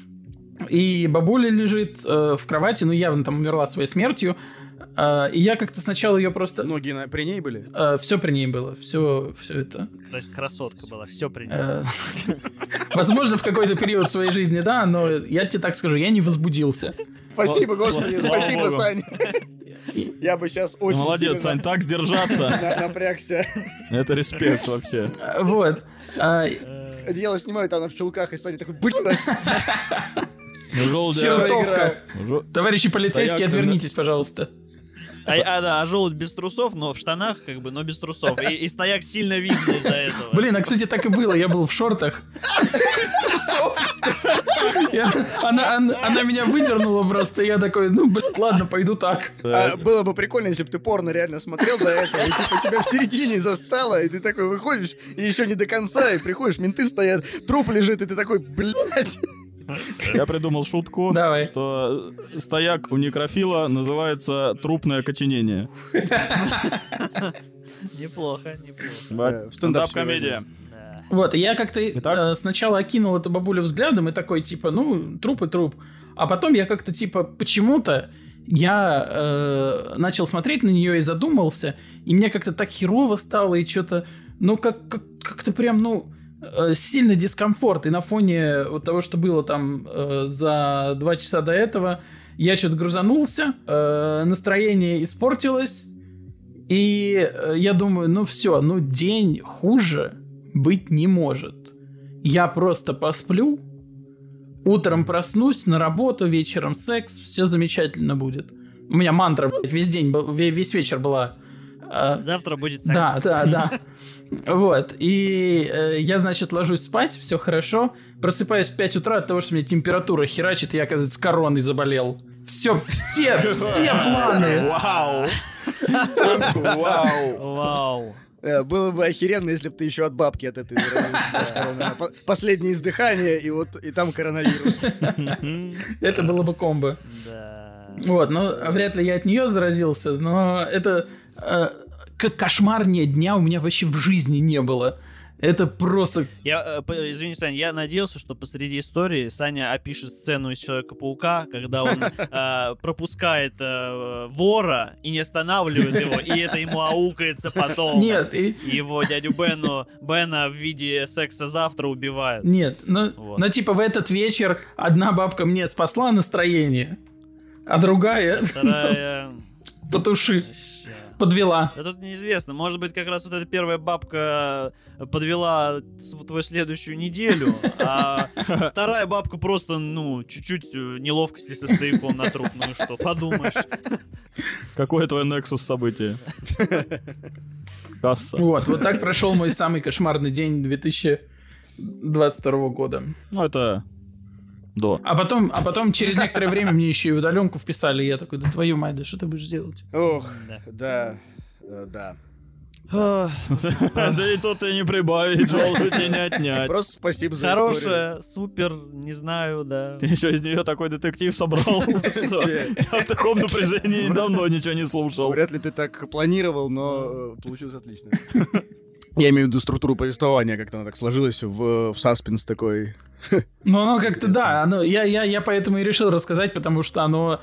И бабуля лежит э, в кровати, ну явно там умерла своей смертью. Э, и я как-то сначала ее просто...
Ноги на- при ней были?
все при ней было, все, все это.
Крас- Красотка была, все принято.
Э, Возможно, в какой-то период своей жизни, да, но я тебе так скажу, я не возбудился.
Спасибо, Господи,
Слава
спасибо,
Богу.
Сань. Я бы сейчас очень
Молодец,
сильно
Сань, так сдержаться.
на- напрягся.
Это респект вообще.
Э, Вот. А,
Одеяло снимают, а она в чулках, и Саня такой, блин,
Желудя...
Чертовка.
Жо-
Товарищи полицейские,
Стояк,
отвернитесь, пожалуйста.
А, а, да, а желудь без трусов, но в штанах, как бы, но без трусов. И, и стояк сильно видно из-за этого.
Блин, а кстати, так и было. Я был в шортах. Я- Она, она, она меня выдернула просто. и Я такой, ну, блин, ладно, пойду так.
А, было бы прикольно, если бы ты порно реально смотрел до этого, и типа тебя в середине застало, и ты такой выходишь, и еще не до конца, и приходишь, менты стоят, труп лежит, и ты такой, блядь.
Я придумал шутку,
Давай.
что стояк у некрофила называется трупное окоченение.
Неплохо, неплохо.
Да, в стендап
Стендап-комедия.
Да.
Вот, и я как-то
Итак?
э, сначала окинул эту бабулю взглядом и такой, типа, ну, труп и труп. А потом я как-то, типа, почему-то я э, начал смотреть на нее и задумался, и мне как-то так херово стало, и что-то, ну, как, как, как-то прям, ну, э, сильный дискомфорт. И на фоне вот того, что было там э, за два часа до этого, я что-то грузанулся, э, настроение испортилось, и э, я думаю, ну все, ну день хуже быть не может. Я просто посплю, утром проснусь, на работу, вечером секс, все замечательно будет. У меня мантра, блядь, весь день, был, весь вечер была. Э,
Завтра будет секс.
Да, да, да. Вот, и э, я, значит, ложусь спать, все хорошо, просыпаюсь в пять утра от того, что у меня температура херачит, и я, оказывается, короной заболел. Все, все, все планы.
Вау! Вау!
Вау.
Э, Было бы охеренно, если бы ты еще от бабки от этой заразился. По- Последнее издыхание, и вот и там коронавирус.
Это было бы комбо.
Да.
Вот, ну, вряд ли я от нее заразился, но это э, как кошмарнее дня у меня вообще в жизни не было. Это просто...
Я, э, по- извини, Саня, я надеялся, что посреди истории Саня опишет сцену из Человека-паука, когда он э, пропускает э, вора и не останавливает его, и это ему аукается потом.
Нет, и...
И его дядю Бену, Бена в виде секса завтра убивают.
Нет, ну,
Вот.
ну, типа в этот вечер одна бабка мне спасла настроение, а другая
Вторая...
потуши,
Ща.
подвела.
Да тут неизвестно. Может быть, как раз вот эта первая бабка подвела с- твою следующую неделю, а вторая бабка просто, ну, чуть-чуть э, неловкости со стояком на труп. Ну и что, подумаешь.
Какое твое Nexus событие? Касса.
Вот, вот так прошел мой самый кошмарный день две тысячи двадцать второго года.
Ну, это... До.
А потом, а потом через некоторое время мне еще и удаленку вписали, и я такой, да твою мать, да что ты будешь делать?
Ох,
Да.
да, э, да.
Да и тут и не прибавить, желтую и не отнять.
Просто спасибо за историю.
Хорошая, супер, не знаю, да.
Ты еще из нее такой детектив собрал, что я в таком напряжении давно ничего не слушал.
Вряд ли ты так планировал, но э, получилось отлично. Я имею в виду структуру повествования, как-то она так сложилась в, в саспенс такой.
Ну, оно как-то, да, оно, я, я, я поэтому и решил рассказать, потому что оно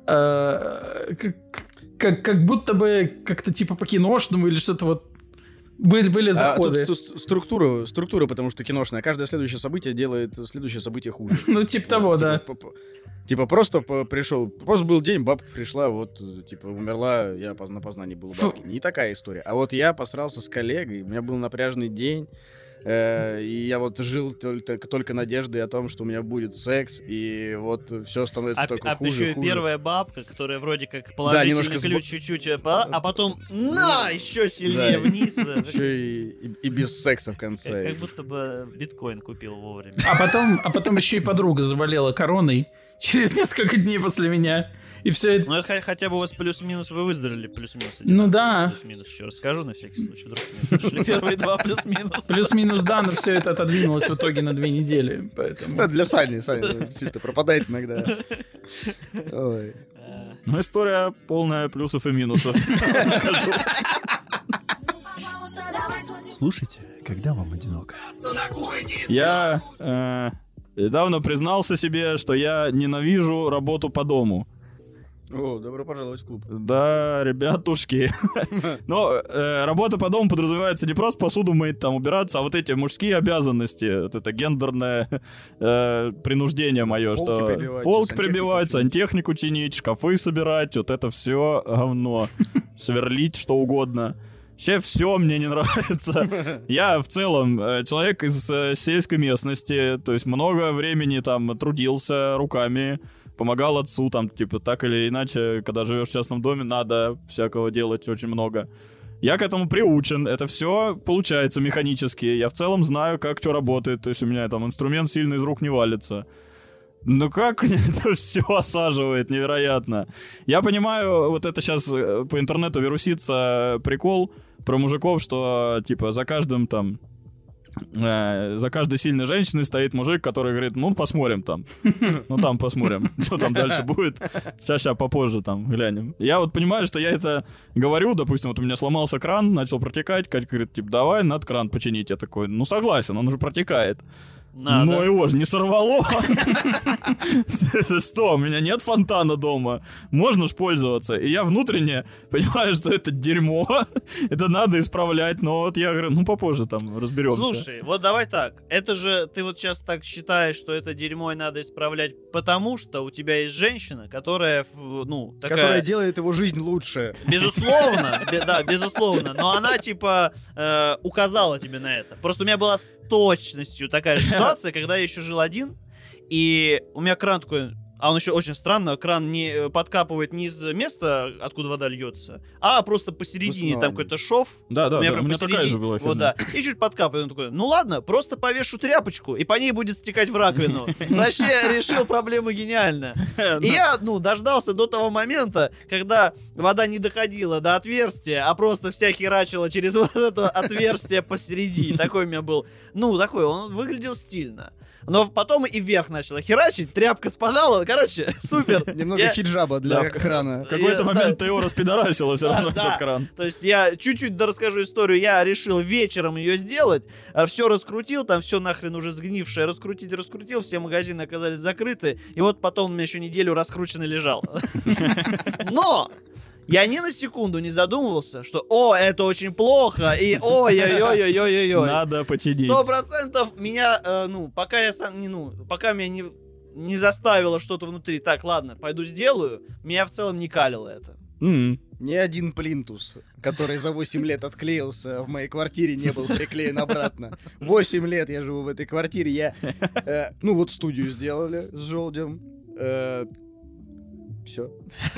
э, как, как, как будто бы как-то типа по-киношному или что-то вот были, были
А
заходы.
тут ст- структура, структура, потому что киношная. Каждое следующее событие делает следующее событие хуже.
Ну, типа того,
Типа,
да.
по- по- Типа просто по- пришел, просто был день, бабка пришла, вот, э, типа, умерла, я поз- на Познании был у бабки. Не такая история. А вот я посрался с коллегой, у меня был напряженный день, э, и я вот жил только, только надеждой о том, что у меня будет секс, и вот все становится
А,
только
а
хуже,
еще и
хуже.
первая бабка, которая вроде как положительный
немножко сбо-
ключ чуть-чуть, э, по- а потом на, еще сильнее
Да.
вниз. да.
Еще и, и- и без секса в
Как,
конце.
как будто бы биткоин купил вовремя.
А потом, а потом еще и подруга заболела короной через несколько дней после меня. И все это...
Ну, это хо- хотя бы у вас плюс-минус, вы выздоровели плюс-минус.
Ну да,
Плюс-минус еще расскажу на всякий случай, вдруг не слышали первые два плюс-минус.
плюс-минус да, но все это отодвинулось в итоге на две недели, поэтому...
Ну, для Сани, Саня ну, чисто пропадает иногда. Ой.
Ну, история полная плюсов и минусов.
Слушайте, когда вам одиноко.
Я э, недавно признался себе, что я ненавижу работу по дому.
О, добро пожаловать в клуб.
Да, ребятушки. Но э, работа по дому подразумевается не просто посуду мыть, там, убираться, а вот эти мужские обязанности. Вот это гендерное э, принуждение мое,
Полки
что
прибивать,
полки
сантехнику
прибивать,
чинить.
сантехнику чинить, шкафы собирать, вот это все говно. Сверлить что угодно. Вообще все мне не нравится. Я в целом э, человек из э, сельской местности, то есть много времени там трудился руками, помогал отцу, там, типа, так или иначе, когда живешь в частном доме, надо всякого делать очень много. Я к этому приучен, это все получается механически, я в целом знаю, как что работает, то есть у меня там инструмент сильно из рук не валится. Ну как это все осаживает, невероятно. Я понимаю, вот это сейчас по интернету вирусится прикол про мужиков, что, типа, за каждым там... Э, за каждой сильной женщиной стоит мужик, который говорит, ну, посмотрим там. Ну, там посмотрим, что там дальше будет. Сейчас-сейчас попозже там глянем. Я вот понимаю, что я это говорю, допустим, вот у меня сломался кран, начал протекать, Катя говорит, типа, давай, надо кран починить. Я такой, ну, согласен, он уже протекает.
Надо.
Но его же не сорвало. Что, у меня нет фонтана дома. Можно ж пользоваться. И я внутренне понимаю, что это дерьмо. Это надо исправлять. Но вот я говорю, ну попозже там разберемся.
Слушай, вот давай так. Это же ты вот сейчас так считаешь, что это дерьмо и надо исправлять, потому что у тебя есть женщина, которая, ну, такая...
Которая делает его жизнь лучше.
Безусловно, бе- да, безусловно. Но она, типа, э, указала тебе на это. Просто у меня была с точностью такая же ситуация, когда я еще жил один, и у меня кран такой... А он еще очень странно, кран не подкапывает не из места, откуда вода льется, а просто посередине, там какой-то шов.
Да, да,
у меня,
да,
прям
у меня такая же была
вот, да, и чуть подкапывает. Он такой, ну ладно, просто повешу тряпочку, и по ней будет стекать в раковину. Вообще решил проблему гениально. И я, ну, дождался до того момента, когда вода не доходила до отверстия, а просто вся херачила через вот это отверстие посередине. Такой у меня был, ну, такой, он выглядел стильно. Но потом и вверх начала херачить, тряпка спадала, короче, супер.
Немного
Я-
хиджаба для
Да.
крана.
В какой-то
Я-
момент
да.
ты его распидорасила все
Да,
равно,
да.
этот кран.
То есть я чуть-чуть дорасскажу историю, я решил вечером ее сделать, все раскрутил, там все нахрен уже сгнившее, раскрутить, раскрутил, все магазины оказались закрыты, и вот потом у меня еще неделю раскрученный лежал. Но! Я ни на секунду не задумывался, что «О, это очень плохо!» и «Ой-ой-ой-ой-ой-ой-ой!»
Надо починить.
Сто процентов меня, э, ну, пока я сам, не, ну, пока меня не, не заставило что-то внутри, так, ладно, пойду сделаю, меня в целом не калило это.
М.
Ни один плинтус, который за восемь лет отклеился в моей квартире, не был приклеен обратно. восемь лет я живу в этой квартире. Я, э, ну вот студию сделали с желудем. Э, все.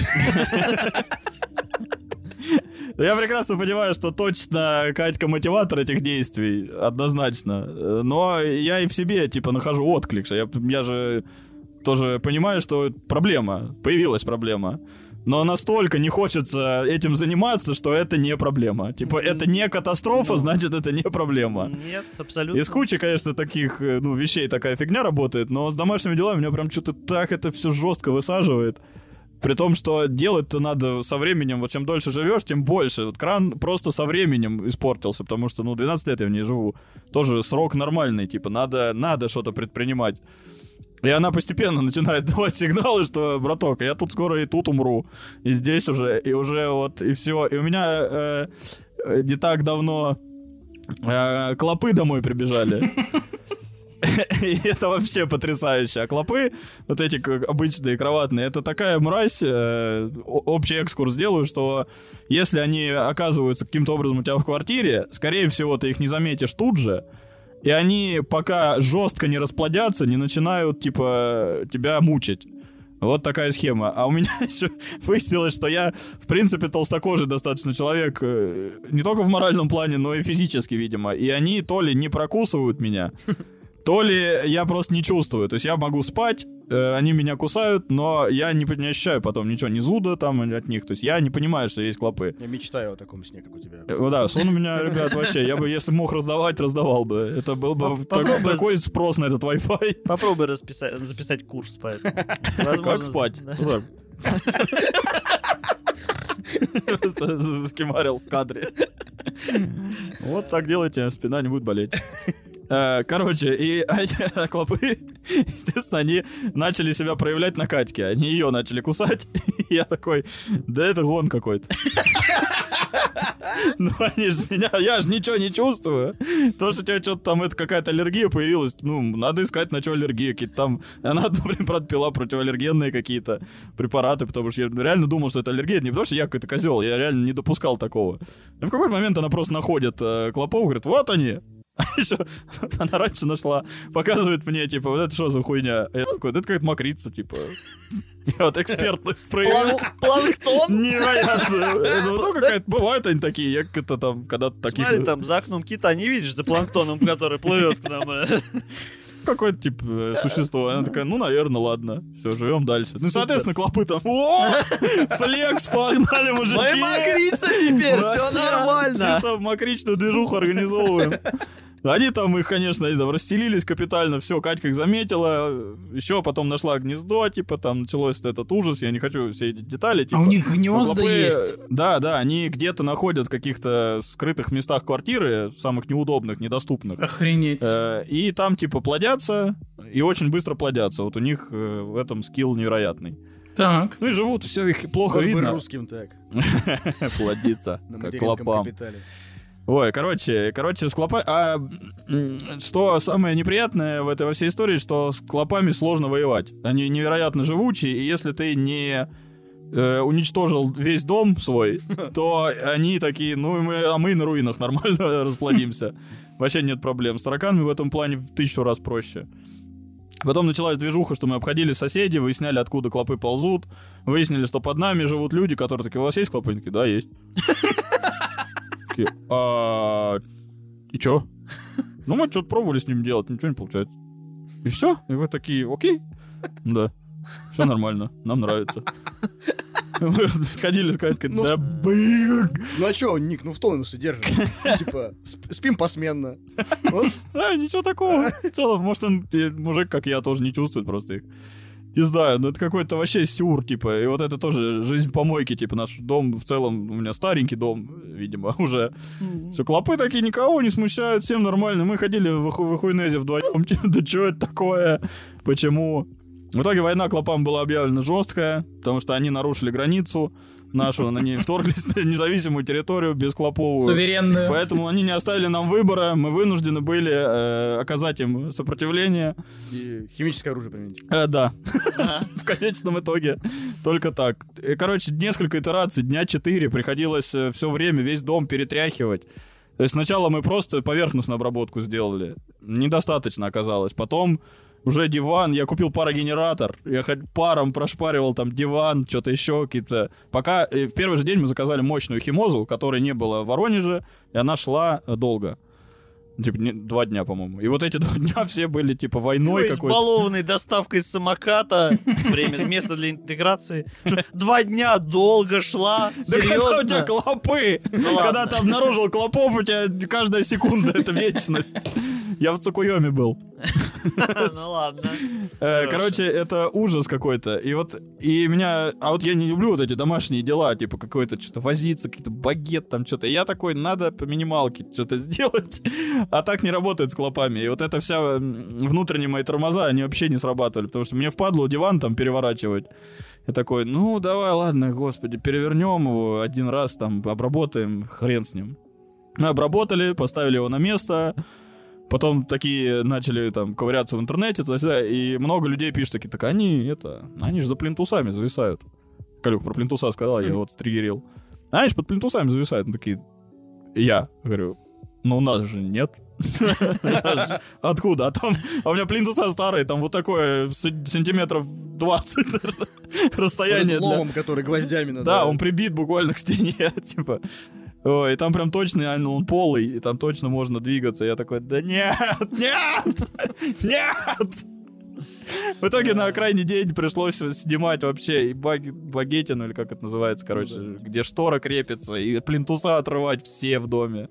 Я прекрасно понимаю, что точно Катька мотиватор этих действий, однозначно. Но я и в себе, типа, нахожу отклик. Я, я же тоже понимаю, что проблема, появилась проблема. Но настолько не хочется этим заниматься, что это не проблема. Типа, это не катастрофа, значит, это не проблема.
Нет, абсолютно.
Из кучи, конечно, таких, ну, вещей такая фигня работает, но с домашними делами меня прям что-то так это все жестко высаживает. При том, что делать-то надо со временем, вот чем дольше живешь, тем больше. Вот кран просто со временем испортился, потому что, ну, двенадцать лет я в ней живу. Тоже срок нормальный, типа, надо, надо что-то предпринимать. И она постепенно начинает давать сигналы, что, браток, я тут скоро и тут умру, и здесь уже, и уже вот, и все. И у меня э, не так давно э, клопы домой прибежали. И это вообще потрясающе. А клопы, вот эти как обычные кроватные, это такая мразь, э, общий экскурс сделаю, что если они оказываются каким-то образом у тебя в квартире, скорее всего, ты их не заметишь тут же, и они пока жестко не расплодятся, не начинают, типа, тебя мучить. Вот такая схема. А у меня еще выяснилось, что я, в принципе, толстокожий достаточно человек, э, не только в моральном плане, но и физически, видимо. И они то ли не прокусывают меня, то ли я просто не чувствую. То есть я могу спать, э, они меня кусают, но я не, не ощущаю потом ничего, ни зуда там от них. То есть я не понимаю, что есть клопы.
Я мечтаю о таком сне, как у тебя.
Э, да, сон у меня, ребят, вообще, я бы, если мог раздавать, раздавал бы. Это был бы
По-
так-
попробуй-
такой спрос на этот Wi-Fi.
Попробуй расписать, записать курс по этому.
Как
Возможно,
спать?
да.
Вот так. Просто скимарил в кадре. Вот так делайте, спина не будет болеть. Э, Короче, и эти клопы, естественно, они начали себя проявлять на Катьке. Они ее начали кусать. И я такой, да это гон какой-то. Ну, они же меня, я же ничего не чувствую. То, что у тебя что-то там, это какая-то аллергия появилась, ну, надо искать, на что аллергия. Какие-то там, она, например, правда, пила противоаллергенные какие-то препараты, потому что я реально думал, что это аллергия. Не потому что я какой-то козел, я реально не допускал такого. И в какой-то момент она просто находит э, клопов, говорит, вот они. А еще она раньше нашла, показывает мне, типа, вот это что за хуйня? А я такой, да это какая-то мокрица, типа. Я вот экспертность проявил.
Планк- Планктон?
Невероятно. Это вот ну, какая-то... Бывают они такие, я как-то там, когда-то таких...
Смотри, там за окном кита не видишь, за планктоном, который плывет к нам.
Какое-то, типа, э, существо. Она такая, ну, наверное, ладно. Все, живем дальше. Ну, соответственно, клопы там, о, флекс, погнали, мужики.
Мы мокрица теперь,
Вообще,
все нормально.
Чисто мокричную движуху организовываем. Они там их, конечно, они там расселились капитально, все, Катька их заметила, еще потом нашла гнездо, типа, там началось этот ужас, я не хочу все эти детали, типа.
А у них гнезда
клопы,
есть?
Да, да, они где-то находят в каких-то скрытых местах квартиры, самых неудобных, недоступных.
Охренеть.
Э, и там, типа, плодятся, и очень быстро плодятся, вот у них э, в этом скилл невероятный.
Так.
Ну и живут, все их плохо
Вот бы
видно.
русским так.
Плодиться,
На
как
материнском
клопам.
капитале.
Ой, короче, короче, с клопами... А м, что самое неприятное в этой во всей истории, что с клопами сложно воевать. Они невероятно живучие, и если ты не э, уничтожил весь дом свой, то они такие, ну, и мы, а мы на руинах нормально расплодимся. Вообще нет проблем. С тараканами в этом плане в тысячу раз проще. Потом началась движуха, что мы обходили соседей, выясняли, откуда клопы ползут, выяснили, что под нами живут люди, которые такие, у вас есть клопы? Они такие, да, есть. Такие, а... И чё? Ну, мы что-то пробовали с ним делать, ничего не получается. И все? И вы такие, окей? Да. Все нормально, нам нравится. Мы ходили сказать,
Ну,
да блин.
Ну а чё, Ник, ну в тонусе держим. Типа, сп- спим посменно. Вот.
Да, ничего такого. В целом, может, он, э, мужик, как я, тоже не чувствует просто их. Не знаю, ну это какой-то вообще сюр, типа, и вот это тоже жизнь в помойке, типа, наш дом в целом, у меня старенький дом, видимо, уже. Все, клопы такие никого не смущают, всем нормально. Мы ходили в, Иху- в Ихуйнезе вдвоем, типа, да что это такое, почему? В итоге война клопам была объявлена жесткая, потому что они нарушили границу нашу, они вторглись на независимую территорию бесклоповую.
Суверенную.
Поэтому они не оставили нам выбора, мы вынуждены были э, оказать им сопротивление.
И химическое оружие применить.
Э, да, в конечном итоге только так. И, короче, несколько итераций, дня четыре, приходилось все время весь дом перетряхивать. То есть сначала мы просто поверхностную обработку сделали, недостаточно оказалось. Потом уже диван, я купил парогенератор, я хоть паром прошпаривал там диван, что-то еще какие-то. Пока э, в первый же день мы заказали мощную химозу, которой не было в Воронеже, и она шла э, долго. Типа, не, два дня, по-моему. И вот эти два дня все были, типа, войной
Ой,
какой-то.
избалованный доставкой с самоката, время, место для интеграции. Два дня долго шла,
Да когда у тебя
серьезно.
клопы? Когда
ладно.
ты обнаружил клопов, у тебя каждая секунда — это вечность. Я в Цукуйоме был.
Ну ладно.
Э,
Хорошо.
Короче, это ужас какой-то. И вот, и меня... А вот я не люблю вот эти домашние дела, типа какой-то что-то возиться, какой-то багет там, что-то. Я такой, надо по минималке что-то сделать. А так не работает с клопами. И вот эта вся м, внутренние мои тормоза, они вообще не срабатывали. Потому что мне впадло диван там переворачивать. Я такой, ну, давай, ладно, господи, перевернем его один раз, там, обработаем, хрен с ним. Мы обработали, поставили его на место. Потом такие начали там ковыряться в интернете, туда-сюда, и много людей пишут такие, так они, это, они же за плинтусами зависают. Калюк про плинтуса сказал, я вот стригерил. А они же под плинтусами зависают. Ну, такие, я говорю, ну у нас же нет. Откуда? А там, а у меня плинтуса старые, там вот такое сантиметров двадцать расстояние.
Вот ломом, который гвоздями надо.
Да, он прибит буквально к стене, типа. Ой, и там прям точно, он полый, и там точно можно двигаться. Я такой, да нет, нет, нет. В итоге на крайний день пришлось снимать вообще и баг, багетину, или как это называется, короче,
Ну да.
где штора крепится, и плинтуса отрывать все в доме.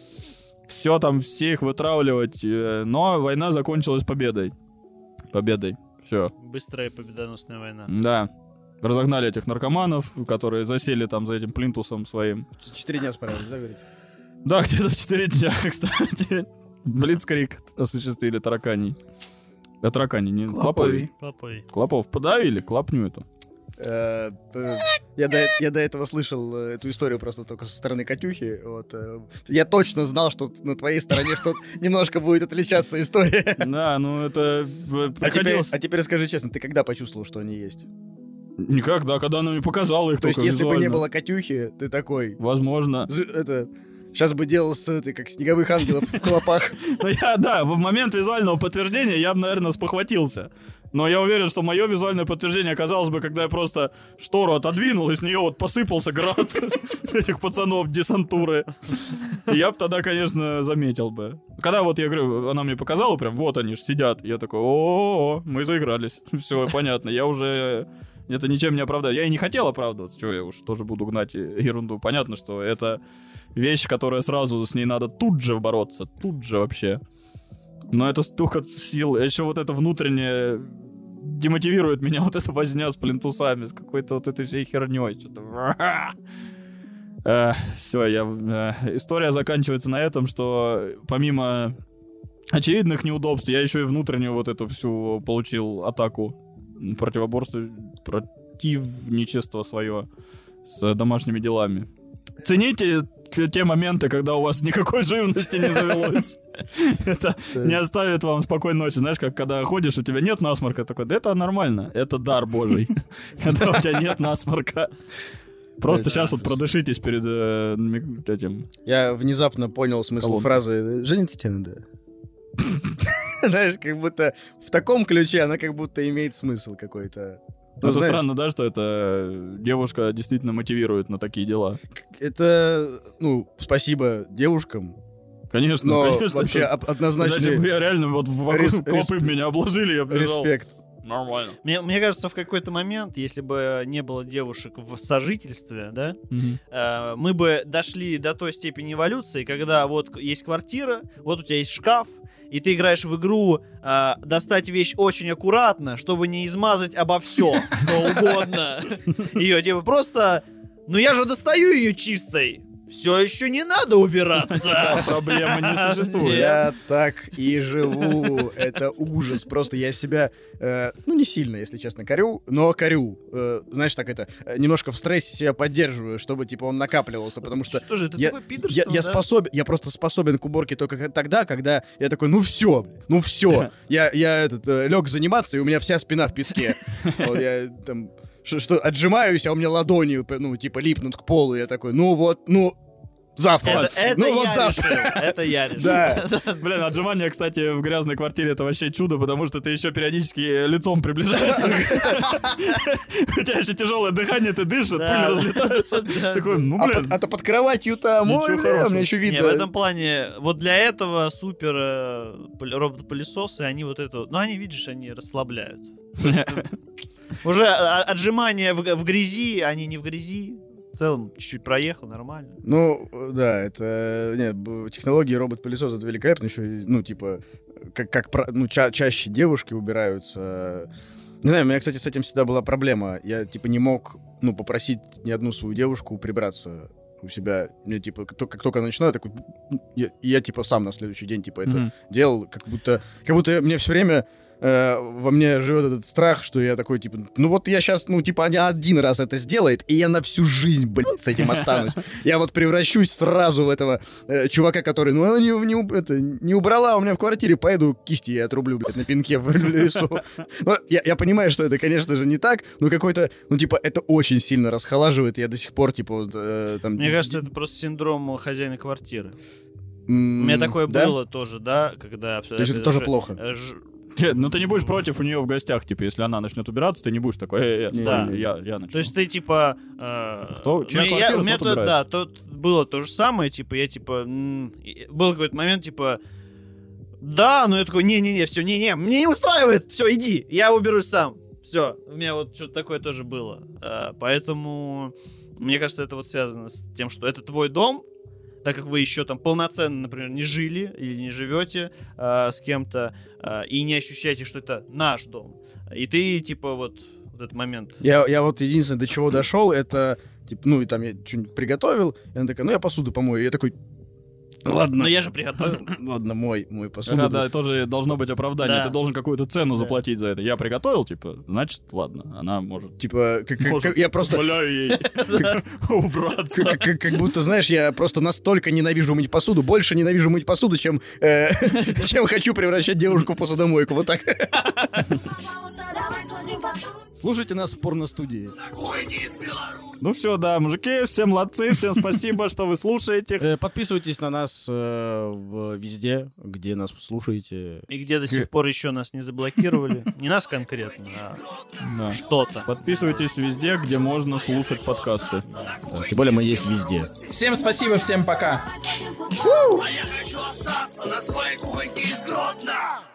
Все там, всех вытравливать. э, Но война закончилась победой. Победой. Все.
Быстрая победоносная война.
Да. Разогнали этих наркоманов, которые засели там за этим плинтусом своим.
Четыре дня справились, да, говорите?
Да, где-то в четыре дня, кстати. Блицкриг осуществили тараканий. А таракани, не клоповий.
Клоповый.
Клопов подавили, клопню эту.
Э, э, Я до, я до этого слышал э, эту историю просто только со стороны Катюхи. Вот, э, я точно знал, что на твоей стороне что немножко будет отличаться история.
Да, ну это э,
А теперь,
приходилось...
а теперь скажи честно, ты когда почувствовал, что они есть?
Никак, да, когда она мне показала их
То есть,
только
если бы не
визуально.
было Катюхи, ты такой...
Возможно.
з- Это... Сейчас бы делал с этой, как снеговых ангелов в клопах.
Ну я, да, в момент визуального подтверждения я бы, наверное, спохватился. Но я уверен, что мое визуальное подтверждение оказалось бы, когда я просто штору отодвинул, и с нее вот посыпался град этих пацанов десантуры. И я бы тогда, конечно, заметил бы. Когда вот, я говорю, она мне показала, прям, вот они ж сидят. Я такой, о-о-о, мы заигрались. Все, понятно, я уже это ничем не оправдает. Я и не хотел оправдываться, что я уж тоже буду гнать ерунду. Понятно, что это вещь, которая сразу, с ней надо тут же бороться, тут же вообще. Но это столько сил. Еще вот это внутреннее демотивирует меня, вот эта возня с плинтусами, с какой-то вот этой всей херней. Что-то... Э, все, я... Э, история заканчивается на этом, что помимо очевидных неудобств, я еще и внутреннюю вот эту всю получил атаку противоборства, противничество свое с домашними делами. Цените те моменты, когда у вас никакой живности не завелось. Это не оставит вам спокойной ночи. Знаешь, как когда ходишь, у тебя нет насморка, такой, да это нормально, это дар божий. Когда у тебя нет насморка. Просто сейчас вот продышитесь перед этим.
Я внезапно понял смысл фразы «жениться тебе надо». Знаешь, как будто в таком ключе она как будто имеет смысл какой-то.
Ну, это знаешь, странно, да, что эта девушка действительно мотивирует на такие дела.
Это, ну, спасибо девушкам.
Конечно,
но
конечно.
Вообще
это...
однозначно.
Иначе бы я реально вот вокруг Рес... клопы меня обложили, я бежал.
Респект.
Нормально.
Мне, мне кажется, в какой-то момент, если бы не было девушек в сожительстве, да,
mm-hmm.
э, мы бы дошли до той степени эволюции, когда вот есть квартира, вот у тебя есть шкаф, и ты играешь в игру э, достать вещь очень аккуратно, чтобы не измазать обо все, что угодно. Ее типа просто, ну я же достаю ее чистой. Все еще не надо убираться.
Проблемы не существует.
Я так и живу. Это ужас. Просто я себя, э, ну, не сильно, если честно, корю, но корю. Э, знаешь, так это, немножко в стрессе себя поддерживаю, чтобы, типа, он накапливался, потому что...
Что же, это
я,
такое пидорство,
я, я
да?
способен, я просто способен к уборке только тогда, когда я такой, ну все, ну все. Я, я этот, э, лег заниматься, и у меня вся спина в песке. Вот я там... Что, что отжимаюсь, а у меня ладони, ну, типа, липнут к полу, я такой, ну вот, ну, завтра.
Это, это
ну,
я
вот завтра.
решил, это я решил.
Да.
Блин, отжимания, кстати, в грязной квартире это вообще чудо, потому что ты еще периодически лицом приближаешься. У тебя еще тяжелое дыхание, ты дышишь, пыль разлетается. Такой, ну, блин.
А то под кроватью-то, у меня еще видно.
В этом плане, вот для этого супер роботы-пылесосы, они вот это, ну, они, видишь, они расслабляют. Уже отжимания в, в грязи, они не в грязи. В целом, чуть-чуть проехал, нормально.
Ну, да, это... Нет, технологии робот-пылесос это великолепно. Еще, ну, типа, как, как ну, ча- чаще девушки убираются. Не знаю, у меня, кстати, с этим всегда была проблема. Я, типа, не мог, ну, попросить ни одну свою девушку прибраться у себя. Мне, типа, как, как только я начинаю, такой... Я, я, типа, сам на следующий день, типа, это mm-hmm. делал, как будто... Как будто мне все время... во мне живет этот страх, что я такой, типа, ну вот я сейчас, ну, типа, не один раз это сделает, и я на всю жизнь, блядь, с этим останусь. Я вот превращусь сразу в этого э, чувака, который, ну, не, не, это, не убрала у меня в квартире, пойду кисти я отрублю, блядь, на пеньке в лесу. Но я, я понимаю, что это, конечно же, не так, но какой-то, ну, типа, это очень сильно расхолаживает, я до сих пор, типа, вот, э, там...
Мне кажется, это просто синдром хозяина квартиры. У меня такое было тоже, да, когда...
То есть это тоже плохо?
Ну ты не будешь против у нее в гостях, типа, если она начнет убираться, ты не будешь такой, э, э, стой,
да.
я, я начну.
То есть ты, типа... Э,
Кто? Чья
ну,
квартира,
я, у меня
тот
то, да,
убирается.
тут было то же самое, типа, я, типа... М- был какой-то момент, типа... Да, но я такой, не-не-не, все, не-не, мне не устраивает, все, иди, я уберусь сам. Все, у меня вот что-то такое тоже было. Э, поэтому, мне кажется, это вот связано с тем, что это твой дом, так как вы еще там полноценно, например, не жили или не живете э, с кем-то э, и не ощущаете, что это наш дом. И ты, типа, вот, вот этот момент...
Я, я вот единственное, до чего дошел, это, типа, ну, и там я что-нибудь приготовил, и она такая, ну, я посуду помою. И я такой, ладно.
Но я же приготовил.
Ладно, мой, мой посуду.
Да, да, тоже должно быть оправдание.
Да.
Ты должен какую-то цену
Да.
заплатить за это. Я приготовил, типа, значит, ладно, она может...
Типа, как, как-
может,
как- я просто...
позволяю ей убраться.
Как, как- как будто, знаешь, я просто настолько ненавижу мыть посуду, больше ненавижу мыть посуду, чем, э, чем хочу превращать девушку в посудомойку. Вот так. Слушайте нас в порностудии.
Ну все, да, мужики, все молодцы, всем спасибо, что вы слушаете.
Э, Подписывайтесь на нас э, в- везде, где нас слушаете.
И где до сих пор еще нас не заблокировали. Не нас конкретно, а
Да.
что-то.
Подписывайтесь везде, где можно слушать подкасты.
Тем более мы есть везде.
Всем спасибо, всем пока.
А я хочу остаться на своей кухоньке из Гродно!